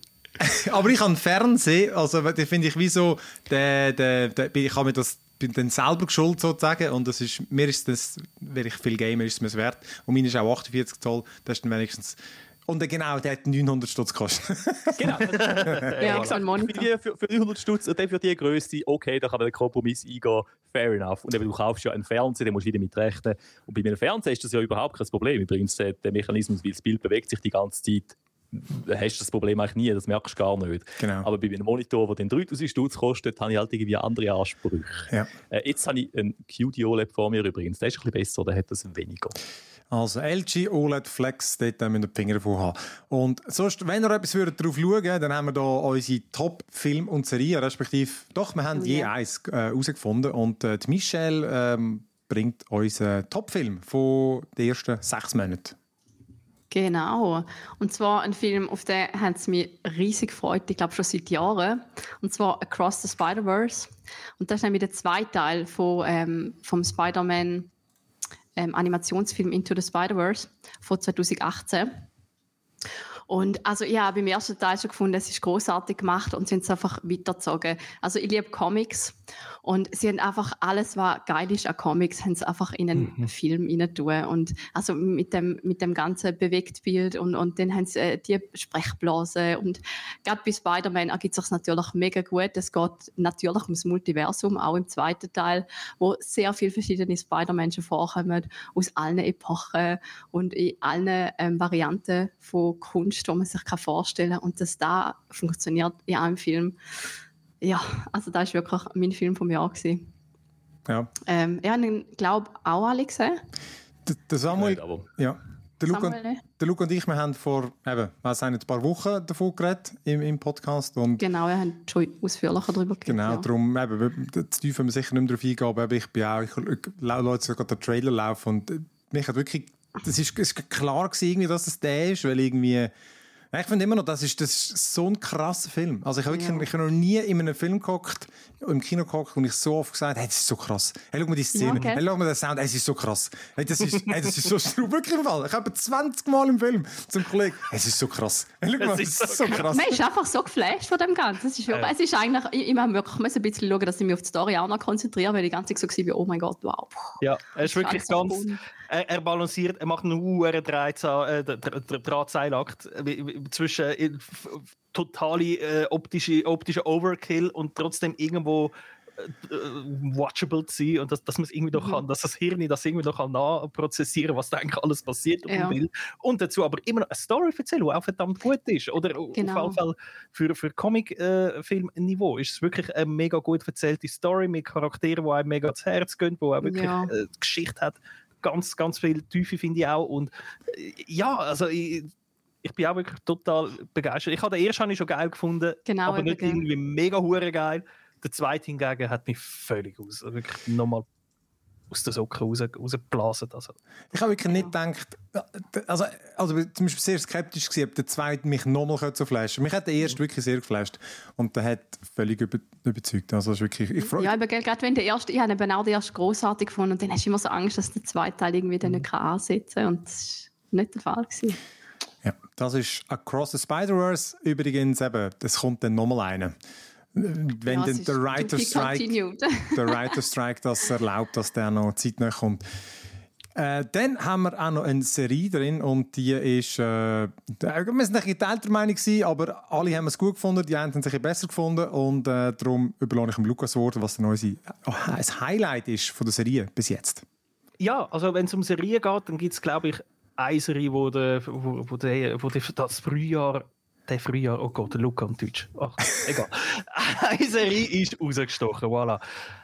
aber ich habe einen Fernseher, also da finde ich wie so, der, der, der, ich habe mir das bin dann selber geschuld sozusagen und das ist, mir ist das, wenn ich viel Gamer, ist es mir wert. Und meine ist auch achtundvierzig Zoll, das ist dann wenigstens... Und dann genau, der hat neunhundert Stutz gekostet. Genau. ja, gesagt, für, für, für neunhundert Stutz und dann für die Größe, okay, da kann man den Kompromiss eingehen, fair enough. Und eben, du kaufst ja einen Fernseher, den musst du wieder mit rechnen. Und bei einem Fernseher ist das ja überhaupt kein Problem. Übrigens, der Mechanismus, weil das Bild bewegt sich die ganze Zeit, hast du das Problem eigentlich nie, das merkst du gar nicht. Genau. Aber bei einem Monitor, der den dreitausend Stutz kostet, habe ich halt irgendwie andere Ansprüche. Ja. Äh, jetzt habe ich einen Q D O L E D vor mir übrigens, der ist ein bisschen besser, der hat das weniger. Also L G O L E D Flex, dort müsst ihr die Finger davon haben. Und sonst, wenn ihr etwas darauf schauen würdet, dann haben wir hier unsere Top-Film- und Serien, respektive, doch, wir haben oh, je ja. eins herausgefunden. Äh, und äh, die Michelle ähm, bringt uns einen Top-Film von den ersten sechs Monaten. Genau. Und zwar ein Film, auf den haben sie mich riesig gefreut, ich glaube schon seit Jahren. Und zwar Across the Spider-Verse. Und das ist nämlich der zweite Teil von, ähm, vom Spider-Man ähm, Animationsfilm Into the Spider-Verse von zwanzig achtzehn. Und also ich habe beim ersten Teil schon gefunden, es ist großartig gemacht und sie haben es einfach weitergezogen. Also ich liebe Comics und sie haben einfach alles, was geil ist an Comics, haben sie einfach in einen mhm. Film reintun. Und also mit dem, mit dem ganzen Bewegtbild und, und dann haben sie äh, die Sprechblase und gerade bei Spider-Man ergibt es sich natürlich mega gut. Es geht natürlich ums Multiversum, auch im zweiten Teil, wo sehr viele verschiedene Spider-Man schon vorkommen, aus allen Epochen und in allen ähm, Varianten von Kunst, die man sich vorstellen kann. Und dass das funktioniert in einem Film, ja, also das war wirklich mein Film vom Jahr gewesen. Ja. Ähm, ich habe ihn, glaube ich, auch alle gesehen. Der, der Samuel, Nein, aber. ja. Der Luke, und, der Luke und ich, wir haben vor eben, was ein paar Wochen davon geredet im, im Podcast. Und genau, wir haben schon ausführlicher darüber geredet. Genau, ja. darum, eben, zu tief wir sicher nicht mehr darauf eingehen, aber ich bin auch, ich, ich lasse sogar den Trailer laufen und mich hat wirklich, das ist, es ist klar gewesen, irgendwie, dass es der ist, weil irgendwie, ich finde immer noch, das ist, das ist so ein krasser Film. Also ich habe wirklich, ja. ich habe noch nie in einem Film geguckt, im Kino geguckt, und ich so oft gesagt habe, hey, das ist so krass. Hey, schau mal die Szene, ja, okay. hey, schau mal den Sound, hey, das ist so krass. Hey, das ist, hey, das ist so wirklich im Fall. Ich habe zwanzig Mal im Film zum Kollegen, hey, es ist so krass. Hey, schau mal, das ist so krass. Man ist einfach so geflasht von dem Ganzen. Es ist, wirklich, äh. es ist eigentlich, ich, ich muss wirklich ein bisschen schauen, dass ich mich auf die Story auch noch konzentriere, weil ich die ganze Zeit so war, oh mein Gott, wow. Ja, er ist wirklich ganz, ganz er, er balanciert, er macht einen hohen Drahtseilakt zwischen äh, totale äh, optische, optische Overkill und trotzdem irgendwo äh, watchable zu sein und dass, dass man es irgendwie mhm. doch kann, dass das Hirn das irgendwie doch kann nachprozessieren, was da eigentlich alles passiert und ja. will. Und dazu aber immer noch eine Story erzählen, die auch verdammt gut ist. Oder genau. auf jeden Fall für, für Comic-Film-Niveau äh, ist es wirklich eine mega gut erzählte Story mit Charakteren, die einem mega ans Herz gehen, die auch wirklich ja. äh, Geschichte hat. Ganz, ganz viel Tiefe finde ich auch. Und äh, ja, also ich, ich bin auch wirklich total begeistert. Ich habe den ersten schon geil gefunden, genau, aber nicht irgendwie mega hure geil. Der zweite hingegen hat mich völlig aus, wirklich nochmal aus der Socke raus, rausgeblasen. Also. Ich habe wirklich nicht gedacht, also, also zum Beispiel sehr skeptisch gewesen, ob der zweite mich nochmal so flashen. Mich hat der erste wirklich sehr geflasht und der hat völlig über, überzeugt. Also ist wirklich, ich freue ja, aber gerade wenn der erste, ich habe genau den ersten grossartig gefunden und dann hast du immer so Angst, dass der zweite Teil irgendwie dann nicht ansetzen kann und das war nicht der Fall gewesen. Ja, das ist Across the Spider-Verse. Übrigens, eben, es kommt dann nochmal einer. Wenn Ja, dann der Writer Strike, der Writer Strike das erlaubt, dass der noch zeitnah kommt. Äh, dann haben wir auch noch eine Serie drin und die ist, äh, wir sind nicht geteilter Meinung gewesen, aber alle haben es gut gefunden, die einen haben sich besser gefunden und äh, darum überlasse ich dem Lukas Wort, was der neue oh, ein Highlight ist von der Serie bis jetzt. Ja, also wenn es um Serien geht, dann gibt es, glaube ich, eine Serie, wo, der, wo, wo, der, wo der, das Frühjahr, der Frühjahr, oh Gott, der Luca am Deutsch, ach, egal. Eine Serie ist rausgestochen, voilà.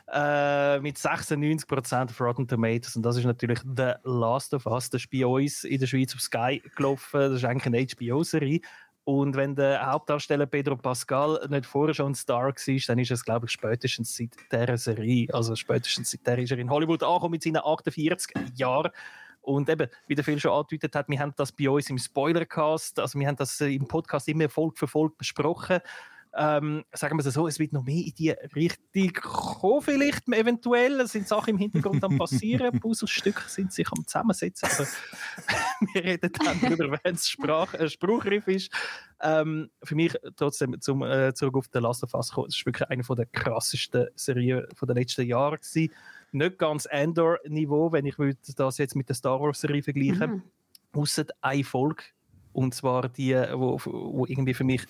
Äh, mit sechsundneunzig Prozent auf Rotten Tomatoes und das ist natürlich The Last of Us. Das ist bei uns in der Schweiz auf Sky gelaufen, das ist eigentlich eine H B O-Serie. Und wenn der Hauptdarsteller Pedro Pascal nicht vorher schon ein Star war, dann ist es, glaube ich, spätestens seit dieser Serie, also spätestens seit der ist er in Hollywood angekommen mit seinen achtundvierzig Jahren. Und eben, wie der Phil schon angedeutet hat, wir haben das bei uns im Spoilercast, also wir haben das im Podcast immer Folge für Folge besprochen. Ähm, sagen wir es so, es wird noch mehr in die Richtung kommen, vielleicht eventuell. Es sind Sachen im Hintergrund am passieren, Puzzlestücke sind sich am Zusammensetzen. Also, wir reden dann darüber, wenn es Sprach, äh, Spruchriff ist. Ähm, für mich trotzdem zum, äh, zurück auf den Last of Us kommen. Das ist wirklich eine der krassesten Serien der letzten Jahre gewesen. Nicht ganz Andor-Niveau, wenn ich das jetzt mit der Star Wars-Serie vergleiche. Mhm. Ausser eine Folge. Und zwar die, wo, wo irgendwie für mich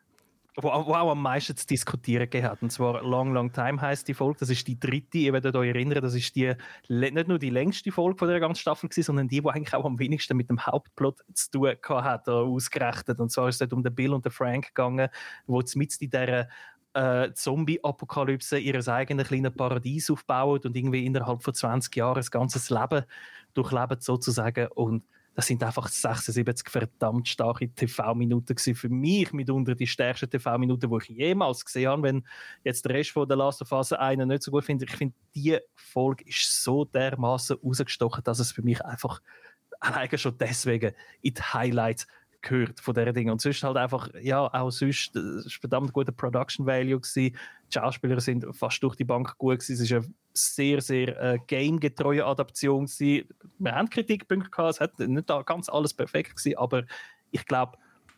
Wo, wo auch am meisten zu diskutieren gegeben hat. Und zwar Long, Long Time heisst die Folge. Das ist die dritte. Ihr werdet euch erinnern, das ist die, nicht nur die längste Folge von der ganzen Staffel gewesen, sondern die, die eigentlich auch am wenigsten mit dem Hauptplot zu tun hat, ausgerechnet. Und zwar ist es dort um den Bill und den Frank gegangen, wo mit in dieser äh, Zombie-Apokalypse ihr eigenes kleines Paradies aufbauen und irgendwie innerhalb von zwanzig Jahren das ganze Leben durchleben sozusagen. Und das sind einfach sechsundsiebzig verdammt starke T V-Minuten gewesen. Für mich mitunter die stärksten T V-Minuten, die ich jemals gesehen habe. Wenn jetzt der Rest von der Last of Us einen nicht so gut findet, ich finde, die Folge ist so dermaßen rausgestochen, dass es für mich einfach alleine schon deswegen in die Highlights gehört von diesen Dingen. Und sonst halt einfach, ja, auch sonst, es war verdammt guter Production Value gewesen. Die Schauspieler sind fast durch die Bank gut gewesen. Es ist eine sehr, sehr äh, gamegetreue Adaption gewesen. Wir haben Kritikpunkte gehabt, es hat nicht ganz alles perfekt gewesen, aber ich glaube,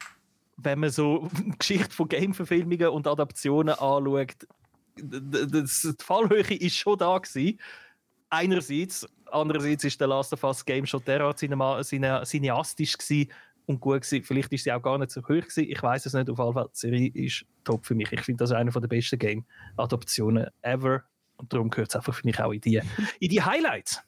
wenn man so die Geschichte von Game-Verfilmungen und Adaptionen anschaut, das, die Fallhöhe ist schon da gewesen. Einerseits, andererseits ist der Last of Us Game schon derart cineastisch gewesen und gut gewesen. Vielleicht ist sie auch gar nicht so hoch gewesen. Ich weiß es nicht. Auf jeden Fall, die Serie ist top für mich. Ich finde das eine der besten Game-Adaptionen ever. Und darum gehört es einfach für mich auch in die, in die Highlights.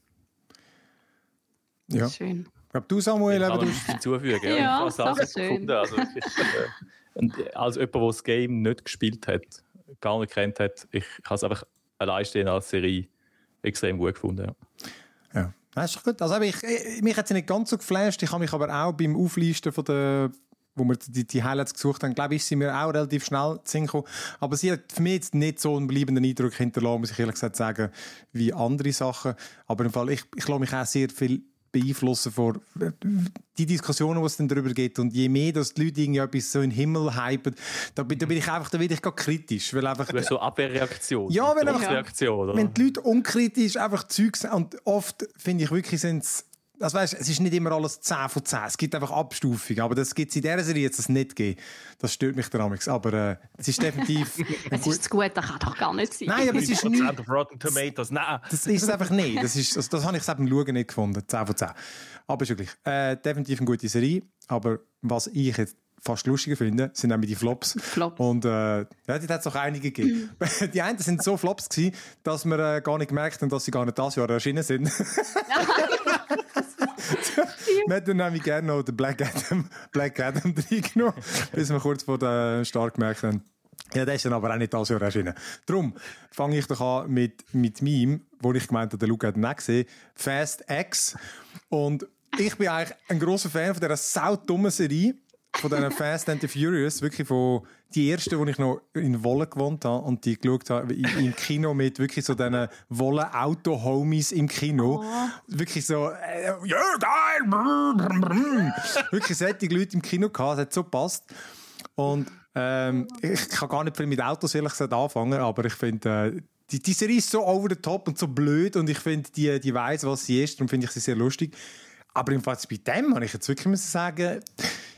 Ja. Schön. Ich glaube, du, Samuel, ich aber kann du... hinzufügen. Ja, Ja, ich habe es schön. gefunden. Also, es ist, äh, und als jemand, der das Game nicht gespielt hat, gar nicht kennt hat, ich habe es einfach alleinstehen als Serie extrem gut gefunden. Ja. Ja. Das ist doch gut. Also, ich, ich, mich hat sie nicht ganz so geflasht. Ich habe mich aber auch beim Auflisten von der, wo wir die, die Highlights gesucht haben, glaube ich, ist sie mir auch relativ schnell zu gekommen. Aber sie hat für mich jetzt nicht so einen bleibenden Eindruck hinterlassen, muss ich ehrlich gesagt sagen, wie andere Sachen. Aber im Fall, ich, ich lasse mich auch sehr viel beeinflussen von die Diskussionen, die es dann darüber geht. Und je mehr, dass die Leute irgendwie etwas so in den Himmel hypen, da bin, da bin ich einfach, da werde ich gar kritisch. Weil einfach, Du hast so Abwehrreaktion. Ja, wenn einfach- Reaktion, oder? wenn die Leute unkritisch einfach Zeugs, und oft finde ich wirklich, sind es, also weißt, es ist nicht immer alles zehn von zehn. Es gibt einfach Abstufungen. Aber das gibt es in dieser Serie jetzt das nicht geben. Das stört mich daran. Aber äh, es ist definitiv... Es ist zu gut, das kann doch gar nicht sein. Nein, aber es ist nicht... auf Rotten Tomatoes, nein. Das ist es einfach nicht. Das, ist, also das habe ich selbst beim Schauen nicht gefunden. zehn von zehn. Aber ist wirklich äh, definitiv eine gute Serie. Aber was ich jetzt fast lustiger finde, sind nämlich die Flops. Flops. Und äh, ja, dort hat es auch einige gegeben. Die einen sind so Flops gewesen, dass wir äh, gar nicht gemerkt haben, dass sie gar nicht dieses Jahr erschienen sind. Wir hätten nämlich gerne noch den Black Adam, Black Adam reingenommen, bis wir kurz vor der Start gemerkt haben. Ja, der ist dann aber auch nicht dieses Jahr erschienen. Darum fange ich doch an mit, mit meinem, wo ich gemeint habe, der Luke hat ihn auch gesehen, Fast X. Und ich bin eigentlich ein grosser Fan von dieser saudummen Serie, von diesen Fast and the Furious, wirklich von die erste, wo ich noch in Wolle gewohnt habe und die geschaut habe im Kino mit wirklich so diesen Wolle-Auto-Homies im Kino. Oh. Wirklich so, äh, ja, geil! Wirklich solche Leute im Kino gehabt, das hat so gepasst. Und ähm, ich kann gar nicht viel mit Autos ehrlich gesagt anfangen, aber ich finde, äh, die, die Serie ist so over the top und so blöd und ich finde, die, die weiss, was sie ist, darum finde ich sie sehr lustig. Aber im Fall bei dem habe ich jetzt wirklich müssen sagen,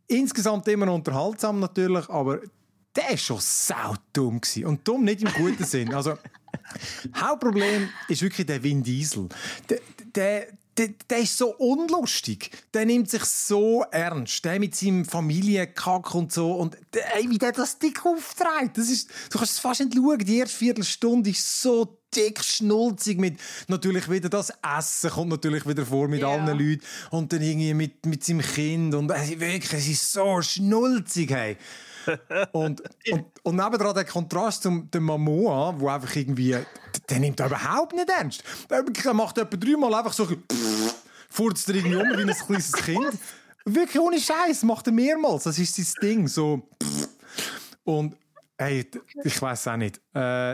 insgesamt immer noch unterhaltsam natürlich, aber der war schon saudumm gewesen. Und dumm nicht im guten Sinn. Also, Hauptproblem ist wirklich der Vin Diesel. Der, der, der, der ist so unlustig. Der nimmt sich so ernst. Der mit seinem Familienkack und so. Und der, ey, wie der das dick aufträgt. Das ist, du kannst es fast nicht schauen. Die erste Viertelstunde ist so dick schnulzig mit natürlich wieder das Essen kommt natürlich wieder vor mit yeah. allen Leuten. Und dann irgendwie mit, mit seinem Kind. Und ey, wirklich, es ist so schnulzig, hey. und, und, und nebendran der Kontrast zum dem Momoa, wo einfach irgendwie, der nimmt er überhaupt nicht ernst. Der macht etwa dreimal einfach so, furzt er irgendwie um wie ein kleines Kind. Wirklich ohne Scheiß, macht er mehrmals. Das ist sein Ding. So. Und hey, ich weiß auch nicht. Äh,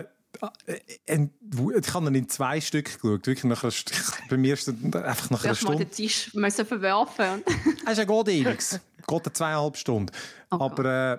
ich habe ihn in zwei Stück geschaut. Wirklich nach einer, bei mir ist einfach nach einer Stunde. Ich musste den Tisch müssen verwerfen. Es ist ja geht ewig. Geht eine zweieinhalb Stunden. Oh, aber äh,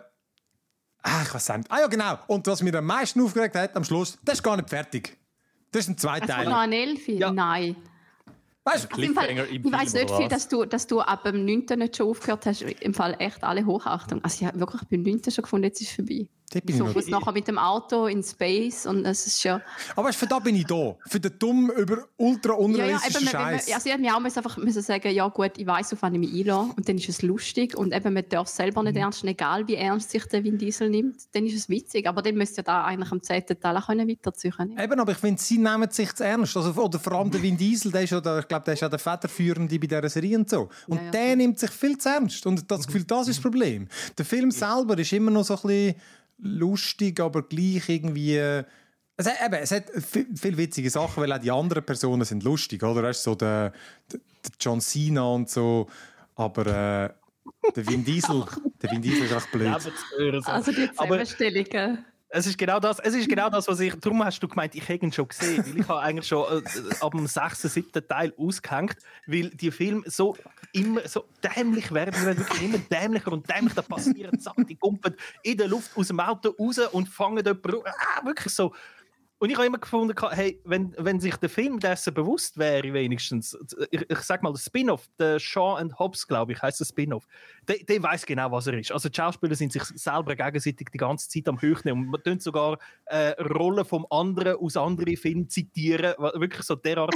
ah, ich weiß nicht. Ah ja, genau. Und was mir am meisten aufgeregt hat am Schluss, das ist gar nicht fertig. Das ist ein Zweiteiler. Hast du noch ein Elfi? Ja. Nein. Weißt du, also im Fall, ich weiss nicht viel, dass du, dass du ab dem neunten nicht schon aufgehört hast. Im Fall echt alle Hochachtung. Also ich habe wirklich beim neunten schon gefunden, jetzt ist es vorbei. So, ich nachher mit dem Auto in Space und es ist schon... Aber für da bin ich da. Für den dummen, über ultra unrealistischen ja, ja, Scheiß. Also ich hätte mir auch einfach müssen sagen, ja gut, ich weiss, auf wann ich mich einlasse und dann ist es lustig und eben, man darf selber nicht ernst, egal wie ernst sich der Vin Diesel nimmt, dann ist es witzig, aber dann müsst ihr da eigentlich am zehnten Teil auch weiterziehen können. Eben, aber ich finde, sie nehmen sich zu ernst. Also, oder vor allem der Vin Diesel, der ist ja der, ich glaube, der ist ja der Federführende bei dieser Serie und so. Und ja, ja. der nimmt sich viel zu ernst. Und das Gefühl, das ist das Problem. Der Film selber ist immer noch so ein bisschen lustig, aber gleich irgendwie... Es hat, eben, es hat viele witzige Sachen, weil auch die anderen Personen sind lustig, oder? Weißt, so der, der John Cena und so, aber äh, der Vin Diesel, der Vin Diesel ist echt blöd. Also die Zusammenstellungen. Es ist genau das, es ist genau das, was ich... Darum hast du gemeint, ich hätte ihn schon gesehen, weil ich habe eigentlich schon äh, ab dem sechsten, siebten Teil ausgehängt, weil die Filme so immer so dämlich werden, die werden wirklich immer dämlicher und dämlicher. Da passieren Sachen, die kumpen in der Luft aus dem Auto raus und fangen jemanden... Ah, wirklich so... Und ich habe immer gefunden, hey, wenn, wenn sich der Film dessen bewusst wäre, wenigstens, ich, ich sag mal, der Spin-off, der Shaw and Hobbs, glaube ich, heisst der Spin-off, der, der weiß genau, was er ist. Also die Schauspieler sind sich selber gegenseitig die ganze Zeit am Hochnehmen und man tut sogar äh, Rollen vom anderen aus anderen Filmen zitieren, wirklich so derart.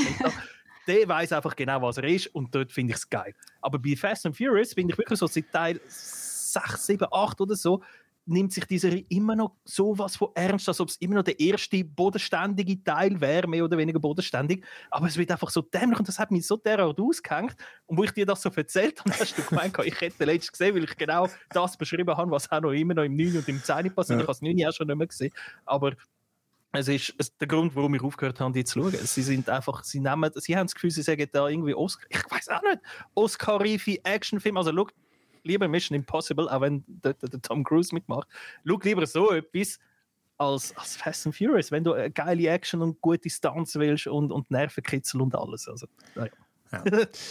Der weiß einfach genau, was er ist und dort finde ich es geil. Aber bei Fast and Furious finde ich wirklich so seit Teil sechs, sieben, acht oder so, nimmt sich diese Serie immer noch sowas von ernst, als ob es immer noch der erste bodenständige Teil wäre, mehr oder weniger bodenständig. Aber es wird einfach so dämlich und das hat mich so derart ausgehängt. Und wo ich dir das so erzählt habe, hast du gemeint, ich hätte den letzten gesehen, weil ich genau das beschrieben habe, was auch noch immer noch im neun und im zehn passiert. Ja. Ich habe das neun auch schon nicht mehr gesehen. Aber es ist es, der Grund, warum ich aufgehört habe, die zu schauen. Sie sind einfach, sie nehmen, sie haben das Gefühl, sie sagen da irgendwie Oscar, ich weiß auch nicht, Oscar-reife Actionfilm. Also schau, lieber Mission Impossible, auch wenn der, der, der Tom Cruise mitmacht. Schau lieber so etwas als, als Fast and Furious, wenn du eine geile Action und gute Stunts willst und, und Nervenkitzel und alles. Also, naja. Ja.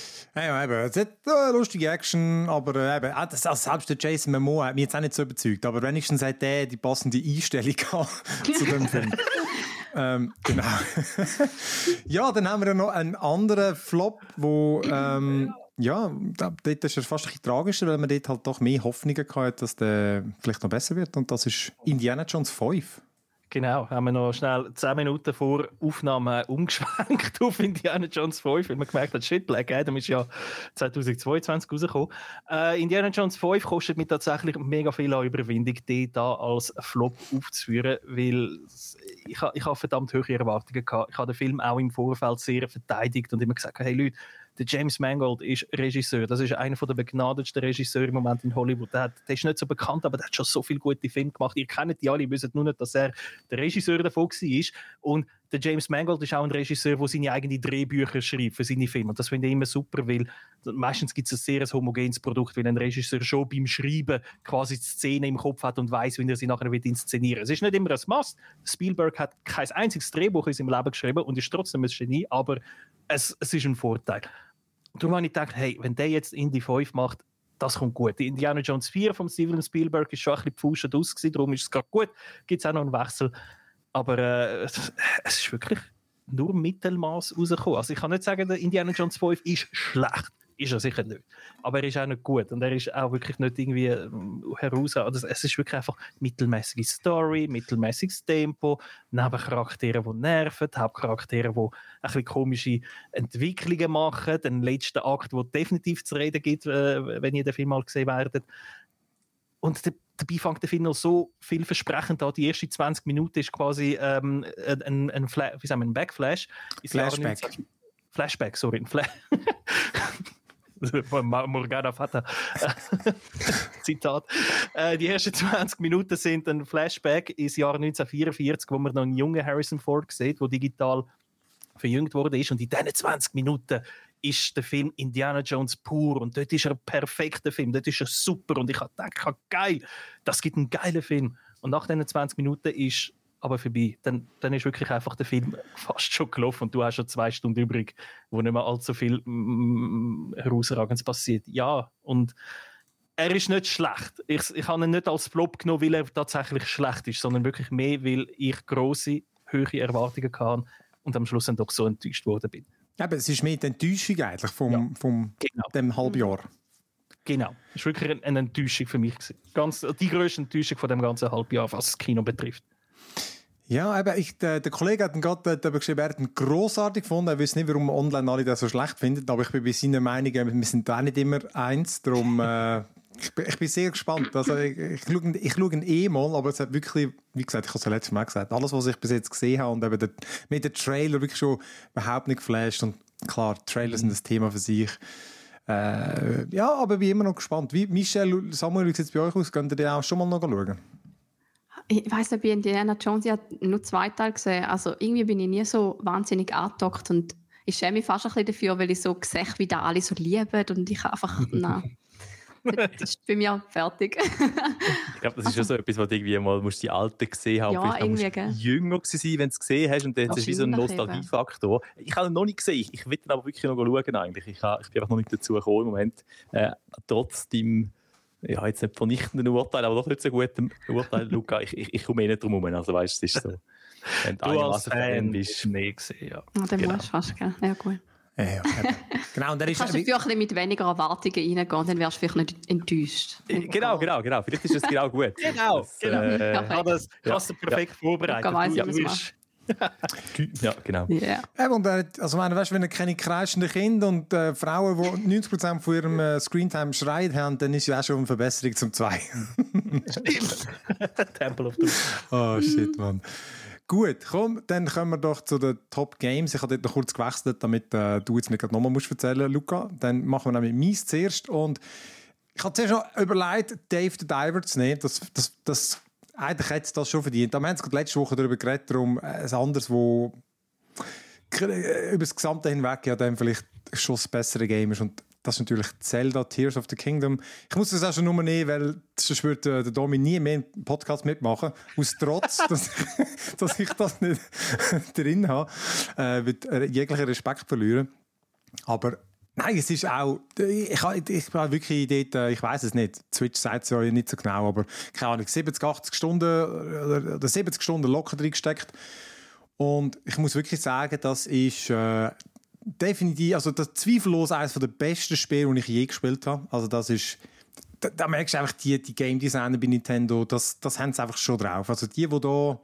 Ja, eben. Es hat äh, lustige Action, aber äh, eben, äh, das, also selbst der Jason Momoa hat mich jetzt auch nicht so überzeugt, aber wenigstens hat der die passende Einstellung zu dem Film. ähm, genau. Ja, dann haben wir noch einen anderen Flop, wo ähm, ja, dort ist es fast ein bisschen tragischer, weil man dort halt doch mehr Hoffnungen hatte, dass der vielleicht noch besser wird. Und das ist Indiana Jones fünf. Genau, haben wir noch schnell zehn Minuten vor Aufnahme umgeschwenkt auf Indiana Jones fünf, weil man gemerkt hat, shit, Black Adam ist ja zweitausendzweiundzwanzig rausgekommen. Äh, Indiana Jones fünf kostet mir tatsächlich mega viel an Überwindung, den da als Flop aufzuführen, weil ich, ich habe verdammt hohe Erwartungen gehabt. Ich habe den Film auch im Vorfeld sehr verteidigt und immer gesagt, hey Leute, der James Mangold ist Regisseur. Das ist einer der begnadetsten Regisseure im Moment in Hollywood. Der, hat, der ist nicht so bekannt, aber der hat schon so viele gute Filme gemacht. Ihr kennt die alle, ihr wisst nur nicht, dass er der Regisseur davon war. Und der James Mangold ist auch ein Regisseur, der seine eigenen Drehbücher schreibt für seine Filme. Und das finde ich immer super, weil meistens gibt es ein sehr homogenes Produkt, weil ein Regisseur schon beim Schreiben quasi die Szene im Kopf hat und weiss, wie er sie nachher inszenieren will. Es ist nicht immer ein Must. Spielberg hat kein einziges Drehbuch in seinem Leben geschrieben und ist trotzdem ein Genie, aber es, es ist ein Vorteil. Darum habe ich gedacht, hey, wenn der jetzt Indy fünf macht, das kommt gut. Die Indiana Jones vier von Steven Spielberg ist schon ein bisschen gepfuscht aus, darum ist es gerade gut. Gibt es auch noch einen Wechsel. Aber äh, es ist wirklich nur Mittelmaß rausgekommen. Also ich kann nicht sagen, der Indiana Jones fünf ist schlecht. ist er sicher nicht. Aber er ist auch nicht gut und er ist auch wirklich nicht irgendwie heraus. Also es ist wirklich einfach mittelmäßige Story, mittelmäßiges Tempo, Nebencharaktere, die nerven, Hauptcharaktere, die ein bisschen komische Entwicklungen machen, den letzten Akt, der definitiv zu reden gibt, wenn ihr den Film mal gesehen werdet. Und der Dabei fängt der Film noch so vielversprechend an. Die ersten zwanzig Minuten ist quasi ähm, ein, ein, Fla- wie sagen wir, ein Backflash. Flashback. neunzehn Flashback, sorry. Ein Fla- von Morgana Fata. Zitat. Äh, die ersten zwanzig Minuten sind ein Flashback ins Jahr neunzehnhundertvierundvierzig, wo man noch einen jungen Harrison Ford sieht, der digital verjüngt worden ist. Und in diesen zwanzig Minuten ist der Film Indiana Jones pur und dort ist er ein perfekter Film, dort ist er super und ich habe gedacht, geil, das gibt einen geilen Film. Und nach diesen zwanzig Minuten ist aber vorbei. Dann, dann ist wirklich einfach der Film fast schon gelaufen und du hast schon zwei Stunden übrig, wo nicht mehr allzu viel mm, Herausragendes passiert. Ja, und er ist nicht schlecht. Ich, ich habe ihn nicht als Flop genommen, weil er tatsächlich schlecht ist, sondern wirklich mehr, weil ich grosse, hohe Erwartungen hatte und am Schluss dann doch so enttäuscht worden bin. Eben, es ist mehr die Enttäuschung eigentlich vom, ja. vom genau. dem Halbjahr. Genau. Das war wirklich eine Enttäuschung für mich. Ganz, die grösste Enttäuschung von dem ganzen Halbjahr, was das Kino betrifft. Ja, eben, ich, der, der Kollege hat ihn gerade geschrieben, er hat ihn grossartig gefunden. Er weiß nicht, warum online alle das so schlecht finden, aber ich bin bei seiner Meinung, wir sind da nicht immer eins. Darum, äh, ich, bin, ich bin sehr gespannt. Also, ich, ich, schaue, ich schaue ihn eh mal, aber es hat wirklich, wie gesagt, ich habe es ja letztes Mal gesagt, alles, was ich bis jetzt gesehen habe und eben der, mit dem Trailer wirklich schon überhaupt nicht geflasht. Und klar, Trailer sind ein Thema für sich. Äh, ja, aber ich bin immer noch gespannt. Wie, Michelle, Samuel, wie sieht es bei euch aus? Könnt ihr den auch schon mal noch schauen? Ich weiss nicht, bei Indiana Jones, ich habe nur zwei Teile gesehen. Also irgendwie bin ich nie so wahnsinnig angedockt und ich schäme mich fast ein bisschen dafür, weil ich so sehe, wie da alle so lieben und ich einfach, nein. Das ist bei mir fertig. Ich glaube, das ist schon so etwas, wo du irgendwie mal musst die Alten gesehen haben. Ja, vielleicht musst du jünger sein, wenn du es gesehen hast. Und dann ist es wie so ein Nostalgiefaktor. Ich habe ihn noch nicht gesehen. Ich, ich will ihn aber wirklich noch schauen. Eigentlich. Ich, habe, ich bin einfach noch nicht dazu gekommen im Moment. Äh, trotz dem, ja, jetzt nicht vernichtenden Urteil, aber doch nicht so gutem Urteil, Luca. Ich, ich, ich komme eh nicht drum herum. Also weißt, es ist so. Wenn du als Fan bist mehr gesehen, ja. Oh, dann genau. musst du fast, gell? Ja, gut. Ja, ja. Genau, und der ist, kannst du dafür ein bisschen mit weniger Erwartungen reingehen, dann wärst du vielleicht nicht enttäuscht. Genau, genau, genau. Vielleicht ist das genau gut. Genau, das, genau. Äh, ja, das hast du perfekt ja. vorbereitet. Ja, du ja, genau. Yeah. Ja, und er, also meine, weißt, wenn er keine kreischenden Kinder und äh, Frauen, die neunzig Prozent von ihrem äh, Screentime schreien haben, dann ist ja auch schon eine Verbesserung zum zwei. Temple of Doom. Oh, shit, Mann. Gut, komm, dann kommen wir doch zu den Top Games. Ich habe dort noch kurz gewechselt, damit äh, du jetzt mir gerade nochmal musst erzählen, Luca. Dann machen wir nämlich meins zuerst. Und ich habe zuerst noch überlegt, Dave the Diver zu nehmen. Das, das, das, eigentlich hätte es das schon verdient. Aber wir haben es letzte Woche darüber geredet, darum ein anderes, wo über das Gesamte hinweg ja dann vielleicht schon das bessere Game ist. Und das ist natürlich Zelda Tears of the Kingdom. Ich muss das auch schon nur nehmen, weil sonst würde der Domi nie mehr im Podcast mitmachen. Aus Trotz, dass, dass ich das nicht drin habe. Äh, wird jeglichen Respekt verlieren. Aber nein, es ist auch, ich, ich, ich bin wirklich dort, ich weiss es nicht, Switch sagt es ja nicht so genau, aber keine Ahnung, siebzig, achtzig Stunden oder siebzig Stunden locker drin gesteckt. Und ich muss wirklich sagen, das ist äh, definitiv, also das zweifellos eines der besten Spiele, die ich je gespielt habe. Also das ist, da, da merkst du einfach, die, die Game Designer bei Nintendo, das, das haben sie einfach schon drauf. Also die, die da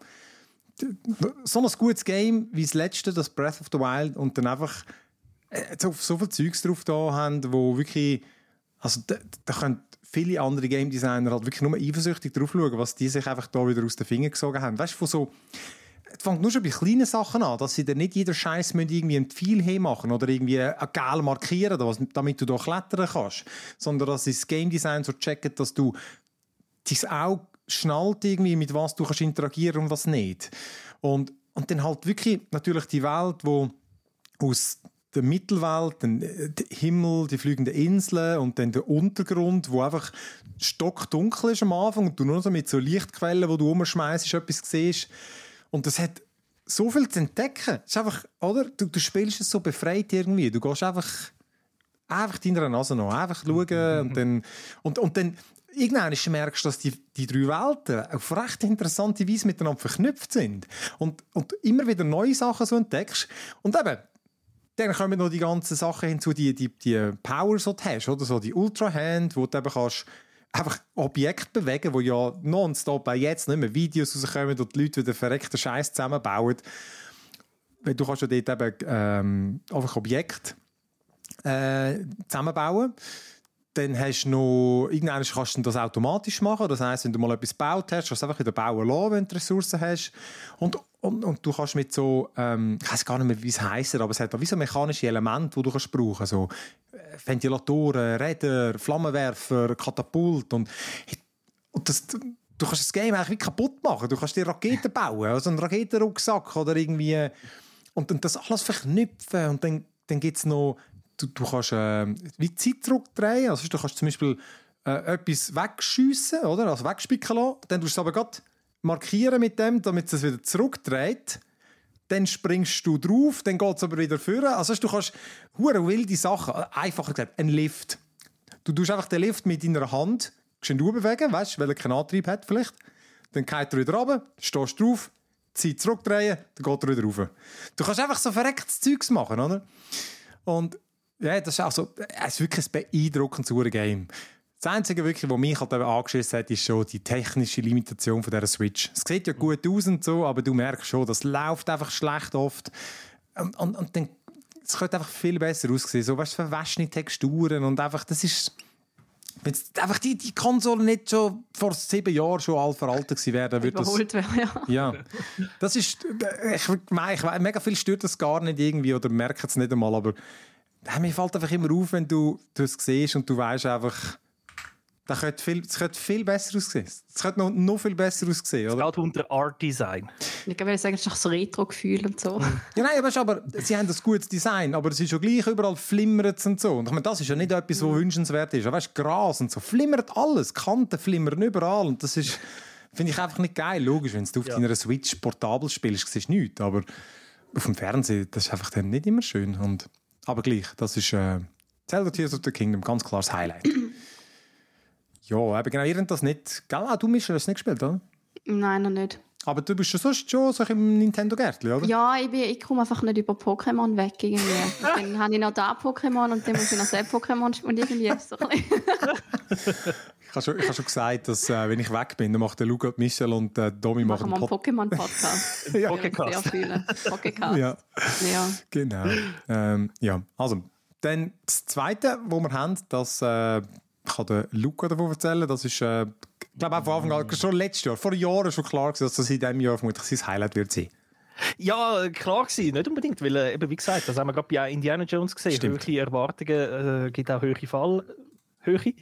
so ein gutes Game wie das letzte, das Breath of the Wild, und dann einfach so, so viel Zeugs drauf da haben, wo wirklich, also da, da können viele andere Game Designer halt wirklich nur eifersüchtig drauf schauen, was die sich einfach da wieder aus den Fingern gesogen haben. Weißt du, von so, es fängt nur schon bei kleinen Sachen an, dass sie dann nicht jeder Scheiß irgendwie ein Pfeil machen oder irgendwie ein Gel markieren, damit du da klettern kannst, sondern dass sie das Game Design so checken, dass du dein Auge schnallt irgendwie, mit was du kannst interagieren und was nicht. Und, und dann halt wirklich natürlich die Welt, wo aus der Mittelwelt, der Himmel, die fliegenden Inseln und dann der Untergrund, wo einfach stockdunkel ist am Anfang und du nur so mit so Lichtquellen, wo du rumschmeißt, etwas siehst. Und das hat so viel zu entdecken. Es ist einfach, oder? Du, du spielst es so befreit irgendwie. Du gehst einfach, einfach deiner Nase nach, einfach schauen und dann, und, und dann irgendwann merkst du, dass die, die drei Welten auf recht interessante Weise miteinander verknüpft sind. Und, und immer wieder neue Sachen so entdeckst. Und eben, dann kommen noch die ganzen Sachen hinzu, die, die, die Power, die du hast, oder so die Ultra-Hand, wo du eben kannst einfach Objekte bewegen, wo ja nonstop auch jetzt nicht mehr Videos rauskommen und die Leute wieder verreckten Scheiß zusammenbauen. Du kannst ja dort eben ähm, einfach Objekte äh, zusammenbauen. Dann hast du noch, irgendwann kannst du das automatisch machen. Das heisst, wenn du mal etwas gebaut hast, kannst du es einfach wieder bauen lassen, wenn du Ressourcen hast. Und, und, und du kannst mit so, ähm, ich weiss gar nicht mehr, wie es heisst, aber es hat wie so mechanische Elemente, die du kannst brauchen. So Ventilatoren, Räder, Flammenwerfer, Katapult. Und, und das, du kannst das Game eigentlich wie kaputt machen. Du kannst dir Raketen bauen, also einen Raketenrucksack oder irgendwie. Und, und das alles verknüpfen. Und dann, dann gibt es noch, Du, du kannst äh, wie die Zeit zurückdrehen. Also, du kannst zum Beispiel äh, etwas wegschiessen, oder? Also wegspicken lassen. Dann tust du es aber gerade markieren mit dem, damit es wieder zurückdreht. Dann springst du drauf, dann geht es aber wieder vor. Also, du kannst hure wilde Sachen, einfacher gesagt, ein Lift. Du tust einfach den Lift mit deiner Hand schön bewegen, weißt du, weil er keinen Antrieb hat vielleicht. Dann geht er wieder runter, stehst drauf, Zeit zurückdrehen, dann geht er wieder rauf. Du kannst einfach so verrecktes Zeugs machen, oder? Und ja, das ist auch so, es ist wirklich ein beeindruckendes Game. Das Einzige, wirklich, was mich halt eben angeschissen hat, ist schon die technische Limitation von dieser Switch. Es sieht ja gut aus und so, aber du merkst schon, das läuft einfach schlecht oft. Und, und, und dann, es könnte einfach viel besser aussehen. So, weißt du, verwaschene Texturen und einfach, das ist, wenn einfach die, die Konsole nicht schon vor sieben Jahren schon alt veraltet gewesen wäre, dann würde das... Überholt werden, ja. Ja, das ist, ich, ich, ich, mega viel stört das gar nicht irgendwie oder merkt es nicht einmal, aber Ja, mir fällt einfach immer auf, wenn du das siehst und du weißt einfach, das könnte viel, das könnte viel besser aussehen. Es könnte noch, noch viel besser aussehen, oder? Gerade unter Art Design. Ich würde sagen, es ist doch so Retro-Gefühl und so. Ja, nein, weißt, aber sie haben ein gutes Design, aber es ist schon gleich überall flimmert und so. Und ich meine, das ist ja nicht etwas, was wünschenswert ist. Weißt, Gras und so, flimmert alles, Kanten flimmern überall und das ist, finde ich einfach nicht geil. Logisch, wenn du auf ja. deiner Switch portabel spielst, siehst du nichts, aber auf dem Fernsehen, das ist einfach dann nicht immer schön. Und aber gleich, das ist äh, Zelda Tears of the Kingdom, ganz klares Highlight. Ja, eben genau, ihr habt das nicht... Gell? Ah, du hast das nicht gespielt, oder? Nein, noch nicht. Aber du bist ja sonst schon so im Nintendo-Gärtchen, oder? Ja, ich, bin, ich komme einfach nicht über Pokémon weg irgendwie. Dann habe ich noch da Pokémon und dann muss ich noch das Pokémon und irgendwie so ein bisschen. Ich habe schon, ich habe schon gesagt, dass äh, wenn ich weg bin, dann macht der Luca, Michel und äh, Domi machen einen Pod- Pokémon-Podcast. ja. Sehr viele Pokécast. Ja. ja, genau. Ähm, ja, also, dann das Zweite, was wir haben, das äh, kann der Luca davon erzählen, das ist, äh, ich glaube auch von Anfang an, schon letztes Jahr, vor Jahren schon klar gewesen, dass das in diesem Jahr vermutlich sein Highlight wird sein. Ja, klar gewesen, nicht unbedingt, weil, äh, eben, wie gesagt, das haben wir gerade bei Indiana Jones gesehen. Stimmt. Hohe Erwartungen, äh, gibt auch hohe Fall... Höhe?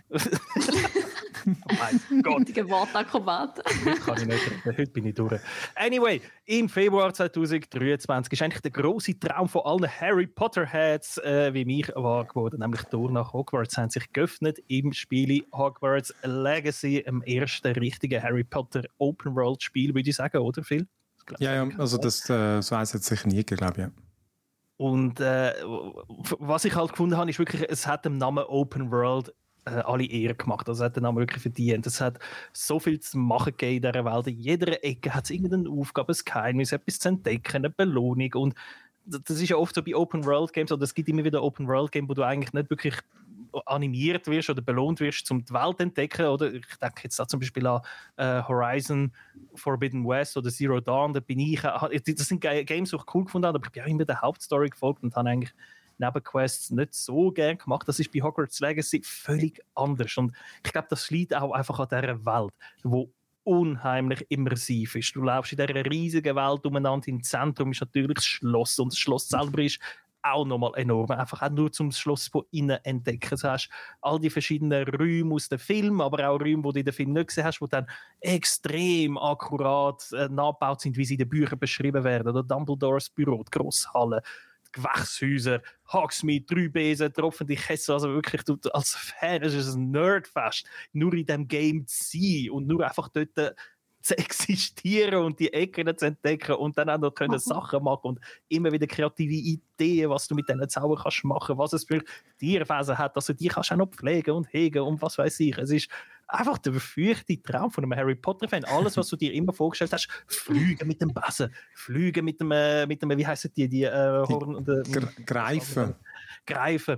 Oh mein Gott. Richtige Wortakrobat. Heute kann ich nicht reden. Heute bin ich durch. Anyway, im Februar zwanzig dreiundzwanzig ist eigentlich der grosse Traum von allen Harry Potter-Heads äh, wie mich wahr geworden. Nämlich die Tür nach Hogwarts haben sich geöffnet im Spiel Hogwarts Legacy, im ersten richtigen Harry Potter Open-World-Spiel, würde ich sagen, oder Phil? Ja, ja, also das äh, so eins hat es sicher nie gegeben, glaube ich. Ja. Und äh, was ich halt gefunden habe, ist wirklich, es hat dem Namen Open World äh, alle Ehre gemacht. Also es hat den Namen wirklich verdient. Es hat so viel zu machen gegeben in dieser Welt. In jeder Ecke hat es irgendeine Aufgabe, ein Geheimnis, etwas zu entdecken, eine Belohnung. Und das ist ja oft so bei Open World Games, oder es gibt immer wieder Open World Games, wo du eigentlich nicht wirklich animiert wirst oder belohnt wirst, um die Welt zu entdecken. Oder ich denke jetzt da zum Beispiel an äh, Horizon Forbidden West oder Zero Dawn. Da bin ich, das sind Games, die ich cool gefunden habe, aber ich bin auch immer der Hauptstory gefolgt und habe eigentlich Nebenquests nicht so gern gemacht. Das ist bei Hogwarts Legacy völlig anders. Und ich glaube, das liegt auch einfach an dieser Welt, wo unheimlich immersiv ist. Du läufst in dieser riesigen Welt umeinander. Im Zentrum ist natürlich das Schloss und das Schloss selber ist auch nochmal enorm. Einfach auch nur zum Schloss von innen entdecken. Du hast all die verschiedenen Räume aus dem Film, aber auch Räume, die du in den Film nicht gesehen hast, die dann extrem akkurat äh, nachgebaut sind, wie sie in den Büchern beschrieben werden. Oder Dumbledores Büro, die Grosshalle, die Gewächshäuser, Hogsmeade, drei Besen, tropfende Kessel. Also wirklich, du, als Fan, es ist ein Nerdfest, nur in diesem Game zu sein und nur einfach dort äh, zu existieren und die Ecken zu entdecken und dann auch noch können Sachen machen und immer wieder kreative Ideen, was du mit diesen Zaubern kannst machen, was es für Tierwesen hat, dass du die kannst auch noch pflegen und hegen und was weiß ich. Es ist einfach der verfeuchte Traum von einem Harry Potter-Fan. Alles, was du dir immer vorgestellt hast, fliegen mit dem Besen, fliegen mit dem, äh, mit dem wie heissen die, die äh, Horn... und, äh, Greifen. Greifen.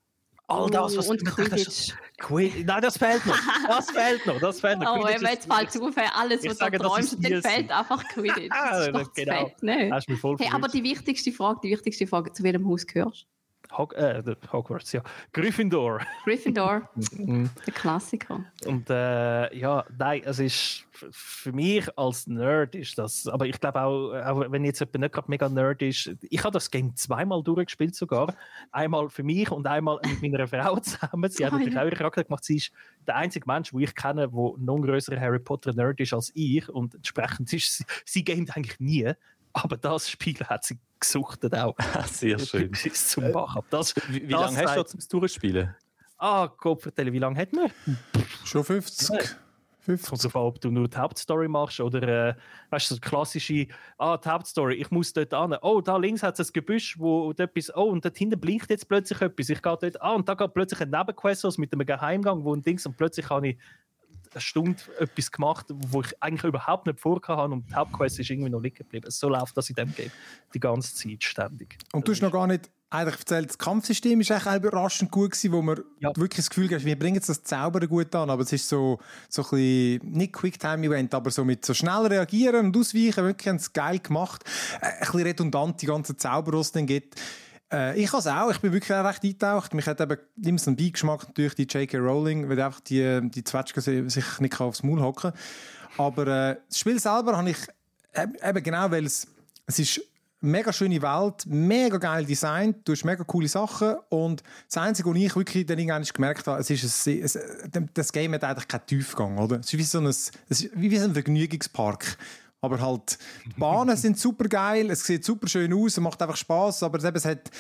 All das, was oh, und du Quidditch. Quid- Nein, das fehlt noch. Das fehlt noch. Das fehlt noch. Oh, Quidditch jetzt fällt es auf, alles, ich was sage, du das träumst, ist dann Nielsen. fällt einfach Quidditch. Ah, Das ist genau. fällt nicht. Hast mich voll Hey, aber verwirrt. die wichtigste Frage, die wichtigste Frage, zu welchem Haus gehörst du? Hog äh, der Hogwarts, ja. Gryffindor. Gryffindor, der Klassiker. Und äh, ja, nein, es ist f- für mich als Nerd ist das, aber ich glaube auch, auch wenn jetzt jemand nicht gerade mega Nerd ist, ich habe das Game zweimal durchgespielt sogar. Einmal für mich und einmal mit meiner Frau zusammen. Sie hat Oh, natürlich ja. auch ihre Charakter gemacht. Sie ist der einzige Mensch, den ich kenne, der noch ein grösserer Harry Potter Nerd ist als ich und entsprechend ist sie, sie gamet eigentlich nie, aber das Spiel hat sie gesuchtet auch. Sehr schön. Bis zum Bach ab. Das, Wie, wie das lange hast du zeigt- zum Durchspielen? Ah, Gott, vertelle, wie lange hat man? Schon fünfzig? fünfzig? Kommt darauf an, ob du nur die Hauptstory machst oder äh, weißt du, so klassische, ah, die Hauptstory, ich muss dort hin. Oh, da links hat es ein Gebüsch, wo dort etwas, oh, und dort hinten blinkt jetzt plötzlich etwas. Ich gehe dort, ah, und da geht plötzlich ein Nebenquest los mit einem Geheimgang, wo ein Dings, und plötzlich habe ich eine Stunde etwas gemacht, wo ich eigentlich überhaupt nicht vorgehabt habe und die Hauptquest ist irgendwie noch liegen geblieben. So läuft das in dem Game die ganze Zeit ständig. Und du hast noch gar nicht eigentlich erzählt, das Kampfsystem ist eigentlich auch überraschend gut gewesen, wo man Ja. wirklich das Gefühl hat, wir bringen jetzt das Zaubern gut an, aber es ist so, so ein bisschen, nicht Quicktime-Event, aber so mit so schnell reagieren und ausweichen, wirklich haben sie es geil gemacht. Äh, ein bisschen redundant, die ganzen Zauber, die es dann gibt. Äh, ich habe es auch, ich bin wirklich auch recht eingetaucht. Mich hat eben immer so einen Beigeschmack natürlich die J K. Rowling, weil einfach die, die Zwetschge si- sich nicht aufs Maul hocken kann. Aber äh, das Spiel selber habe ich eben eben genau, weil es, es ist mega schöne Welt, mega geil designt, du hast mega coole Sachen und das Einzige, was ich wirklich dann irgendwann gemerkt habe, es ist ein, es, das Game hat eigentlich keinen Tiefgang, oder? Es ist wie so ein, es ist wie so ein Vergnügungspark. Aber halt, die Bahnen sind super geil, es sieht super schön aus, es macht einfach Spass, aber es, eben, es hat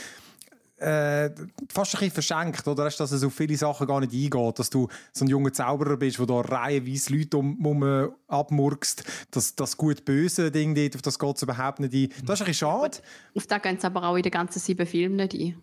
äh, fast ein bisschen verschenkt, oder? Dass es auf viele Sachen gar nicht eingeht, dass du so ein junger Zauberer bist, der da reihenweise Leute um, um äh, abmurkst, das, das gut-böse Ding dort, auf das geht es überhaupt nicht ein. Das ist ein bisschen schade. Auf das gehen sie aber auch in den ganzen sieben Filmen nicht ein.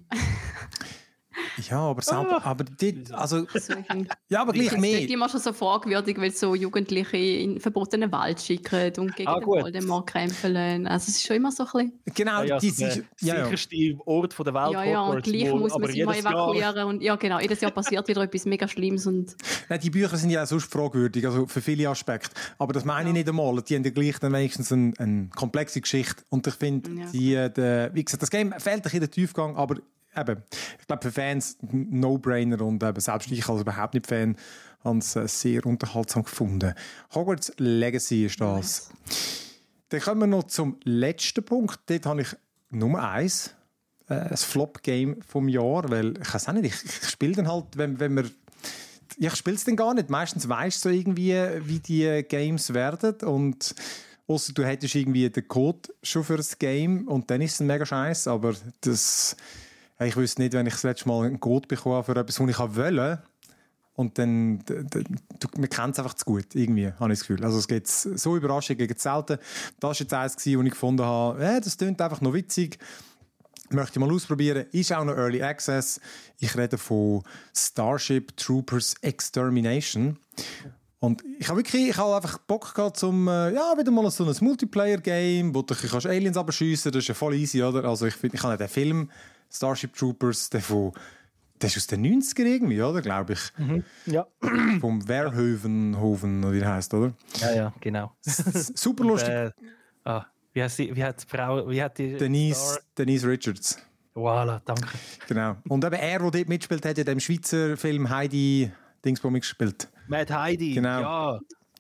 Ja, aber, selber, aber dort, also, Deswegen ja, aber gleich ist es nicht mehr. immer schon so fragwürdig, weil so Jugendliche in den verbotenen Wald schicken und gegen Ah, den gut. Voldemort kämpfen. Also es ist schon immer so ein bisschen... Genau, Ja, ja, die, so der die, ja, ja. sicherste Ort von der Welt. Ja, ja, und Hogwarts, gleich wo- muss man aber sich mal jedes Jahr- evakuieren. Und, ja, genau, jedes Jahr passiert wieder etwas mega Schlimmes. Und Nein, die Bücher sind ja auch sonst fragwürdig, also für viele Aspekte. Aber das meine ich nicht einmal. Die haben ja gleich dann wenigstens eine, eine komplexe Geschichte. Und ich finde, Ja. die, äh, der, wie gesagt, das Game fehlt ein bisschen der Tiefgang, aber eben, ich glaube für Fans ein No-Brainer und eben, selbst ich als überhaupt nicht Fan habe es äh, sehr unterhaltsam gefunden. Hogwarts Legacy ist das. Dann kommen wir noch zum letzten Punkt. Dort habe ich Nummer eins. Äh, ein Flop-Game vom Jahr, weil ich weiß auch nicht, ich, ich spiele dann halt, wenn, wenn wir ja, ich spiele es dann gar nicht. Meistens weisst du so irgendwie, wie die Games werden und ausser du hättest irgendwie den Code schon für das Game und dann ist es ein mega Scheiß, aber das, ich wüsste nicht, wenn ich das letzte Mal einen Code bekomme für etwas, was ich wollte und dann, d- d- du, man kennt es einfach zu gut, irgendwie, habe ich das Gefühl. Also es geht so überraschend gegen selten. Das war jetzt eins, wo ich gefunden habe, äh, das klingt einfach noch witzig. Möchte ich mal ausprobieren. Ist auch noch Early Access. Ich rede von Starship Troopers Extermination. Und ich habe wirklich, ich habe einfach Bock gehabt, zum, äh, ja, wieder mal so ein Multiplayer-Game, wo du kannst Aliens abschiessen, das ist ja voll easy, oder? Also ich finde, ich habe den Film Starship Troopers, der von, der ist aus den neunziger irgendwie, oder? Glaube ich. Ja. Vom Verhoeven, oder wie der heisst, oder? ja, ja, genau. Super lustig. Äh, ah, wie, heißt die, wie hat die Frau, wie hat die Denise, Star- Denise Richards. Voilà, danke. Genau. Und eben er, der dort mitspielt, hat ja dem Schweizer Film Heidi Dingsbum gespielt. Mad Heidi, Genau. ja.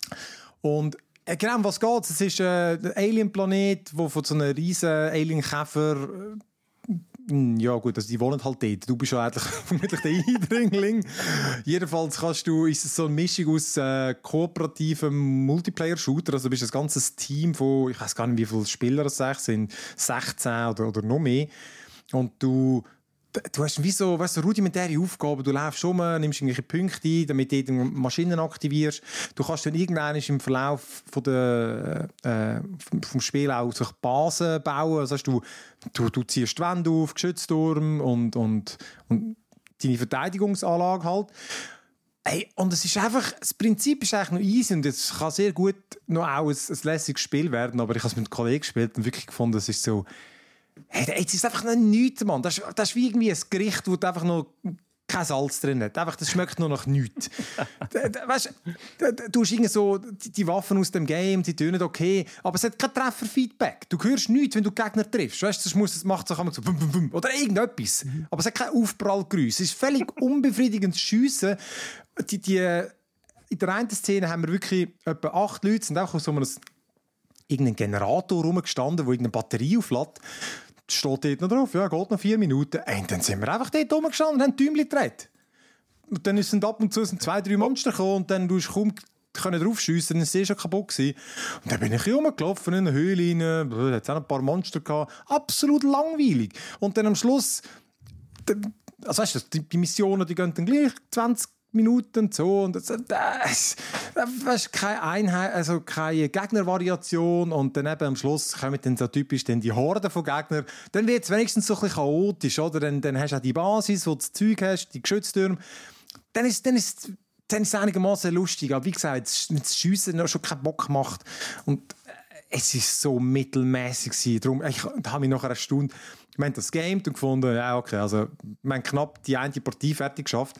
Und äh, genau, um was geht es? Es ist äh, ein Alien-Planet, wo von so einem riesen Alien-Käfer äh, ja gut, also die wohnen halt dort. Du bist ja eigentlich vermutlich der Eindringling. Jedenfalls kannst du, ist es so eine Mischung aus äh, kooperativem Multiplayer-Shooter. Also du bist ein ganzes Team von, ich weiß gar nicht, wie viele Spieler es sind, sechzehn oder, oder noch mehr. Und du, du hast wie so, weißt du, rudimentäre Aufgaben. Du läufst rum, nimmst irgendwelche Punkte ein, damit du Maschinen aktivierst. Du kannst dann irgendwann im Verlauf von der, äh, vom Spiel auch so Basen bauen. Also hast du, du, du ziehst die Wände auf, Geschützturm und, und, und deine Verteidigungsanlage halt. Hey, und es ist einfach, das Prinzip ist eigentlich noch easy und es kann sehr gut noch auch ein, ein lässiges Spiel werden, aber ich habe es mit einem Kollegen gespielt und wirklich gefunden, es ist so, hey, jetzt ist einfach noch nichts, Mann. Das ist, das ist wie irgendwie ein Gericht, wo du einfach noch kein Salz drin hat. Einfach, das schmeckt nur nach nichts. Weißt du, du hast irgendwie so die, die Waffen aus dem Game, die tönen okay, aber es hat kein Trefferfeedback. Du hörst nichts, wenn du Gegner triffst. Weißt du, das muss, das macht so, so bum, bum, bum, oder irgendetwas. Mhm. Aber es hat kein Aufprallgeräusch. Es ist völlig unbefriedigendes Schiessen. Die, die, in der einen Szene haben wir wirklich etwa acht Leute, sind auch auf so einem irgendein Generator rumgestanden, wo irgendeine Batterie auflädt. Steht dort noch drauf, ja, geht noch vier Minuten. Und dann sind wir einfach dort rumgestanden und haben Däumchen gedreht. Und dann sind ab und zu sind zwei, drei Monster gekommen und dann durfst du kaum drauf schiessen, dann war es schon kaputt gewesen. Und dann bin ich rumgelaufen in eine Höhle rein, da hat es auch ein paar Monster gehabt. Absolut langweilig. Und dann am Schluss, also weißt du, die, die Missionen, die gehen dann gleich zwanzig Minuten und so. Und das, das, das ist keine Einheit, also keine Gegnervariation. Und dann eben am Schluss kommen dann so typisch dann die Horden von Gegnern. Dann wird es wenigstens so ein bisschen chaotisch, oder? Dann, dann hast du auch die Basis, wo du das Zeug hast, die Geschütztürme. Dann ist, dann ist, dann ist es einigermaßen lustig. Aber wie gesagt, das Schiessen noch schon keinen Bock gemacht. Und es war so mittelmäßig. Darum, ich habe mich nach einer Stunde, wir haben das gegamed und gefunden, ja, okay, also, wir haben knapp die eine Partie fertig geschafft.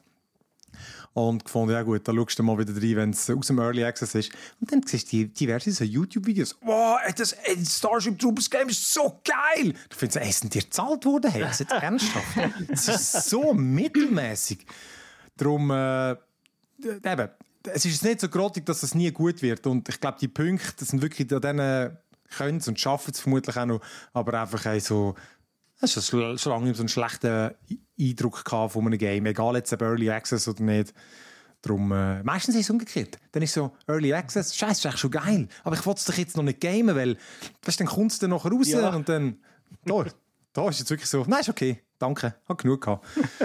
Und gefunden, ja gut, da schaust du mal wieder rein, wenn es aus dem Early Access ist. Und dann siehst du diverse so YouTube-Videos. Wow, das ey, Starship Troopers Game ist so geil! Du findest, ey, sind dir gezahlt worden? Hey, das ist jetzt ernsthaft. Es ist so mittelmäßig. Darum, äh, eben, es ist nicht so grottig, dass es nie gut wird. Und ich glaube, die Punkte, das sind wirklich an denen können es und schaffen es vermutlich auch noch, aber einfach ey, so. Es ist schon lange so einen schlechten Eindruck gehabt von einem Game, egal jetzt ob Early Access oder nicht. Darum, äh, meistens ist es umgekehrt. Dann ist so Early Access, scheiße, ist eigentlich schon geil, aber ich will es doch jetzt noch nicht gamen, weil weißt, dann kommt es dann nachher raus ja. Und dann, da, da ist jetzt wirklich so, nein, ist okay, danke, hab genug gehabt.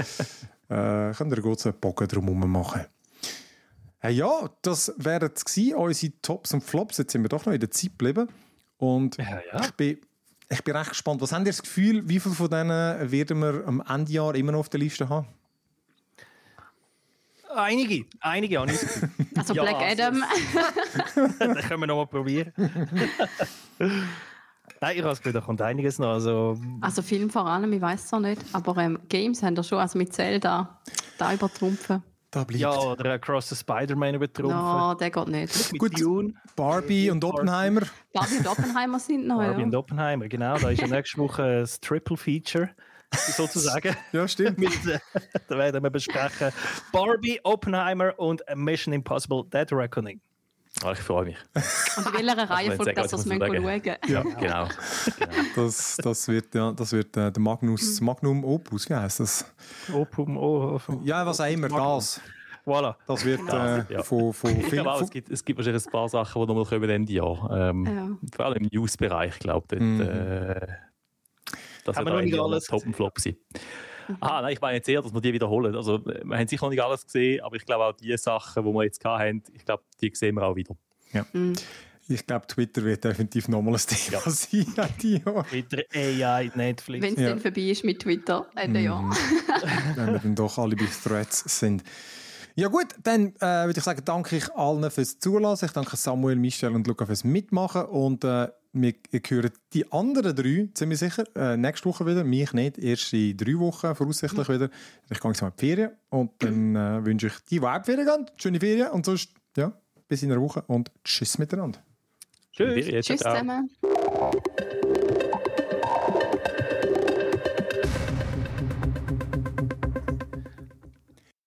äh, könnt ihr gut so einen Bogen drum machen. Hey, ja, das wären jetzt gewesen, unsere Tops und Flops. Jetzt sind wir doch noch in der Zeit geblieben. Und ja, ja. ich bin Ich bin recht gespannt. Was habt ihr das Gefühl, wie viele von denen werden wir am Endejahr immer noch auf der Liste haben? Einige, einige habe ich. Also ja, Black Adam. Das können wir noch mal probieren. Nein, ich habe das Gefühl, da kommt einiges noch. Also, also Film vor allem, ich weiß es noch nicht. Aber ähm, Games haben da schon, also mit Zelda, da übertrumpfen. Da bleibt. Ja, oder Across the Spider-Man übertrumpfen. No, der geht nicht. Gut, Dune. Barbie und Oppenheimer. Barbie und Oppenheimer sind noch, Barbie ja. und Oppenheimer, genau. Da ist ja nächste Woche das Triple-Feature, sozusagen. Ja, stimmt. Mit, äh, da werden wir besprechen Barbie, Oppenheimer und Mission Impossible Dead Reckoning. Oh, ich freue mich. Und in welcher Reihenfolge das das muss wir ich schauen. Ja, genau. genau. Das, das wird, ja, das wird äh, der Magnus, Magnum Opus, wie heisst das? Opum, oh, oh, Ja, was auch immer, das. Voilà. Das wird äh, ja. von, von Ja, Film... aber es, gibt, es gibt wahrscheinlich ein paar Sachen, die nochmal kommen Ende Jahr. Ähm, Ja. Vor allem im News-Bereich, glaube ich. Mhm. Äh, das Haben wird wir noch nicht eigentlich alles Top und Flop sein. Ah, nein, ich meine jetzt eher, dass wir die wiederholen. Also, wir haben sicher noch nicht alles gesehen, aber ich glaube auch die Sachen, die wir jetzt hatten, ich glaube, die sehen wir auch wieder. Ja. Mhm. Ich glaube, Twitter wird definitiv nochmal ein Thema ja. sein. Die Jahr. Twitter, A I, Netflix. Wenn es Ja. dann vorbei ist mit Twitter, Ende Jahr. Wenn wir dann doch alle bei Threads sind. Ja gut, dann äh, würde ich sagen, danke ich allen fürs Zulassen. Ich danke Samuel, Michel und Luca fürs Mitmachen. Und äh, wir hören die anderen drei, ziemlich sicher, äh, nächste Woche wieder. Mich nicht, erst in drei Wochen voraussichtlich wieder. Ich gehe jetzt mal in die Ferien. Und dann äh, wünsche ich die, die auch in die Ferien gehen, schöne Ferien. Und sonst, ja, bis in einer Woche und tschüss miteinander. Tschüss. Tschüss zusammen.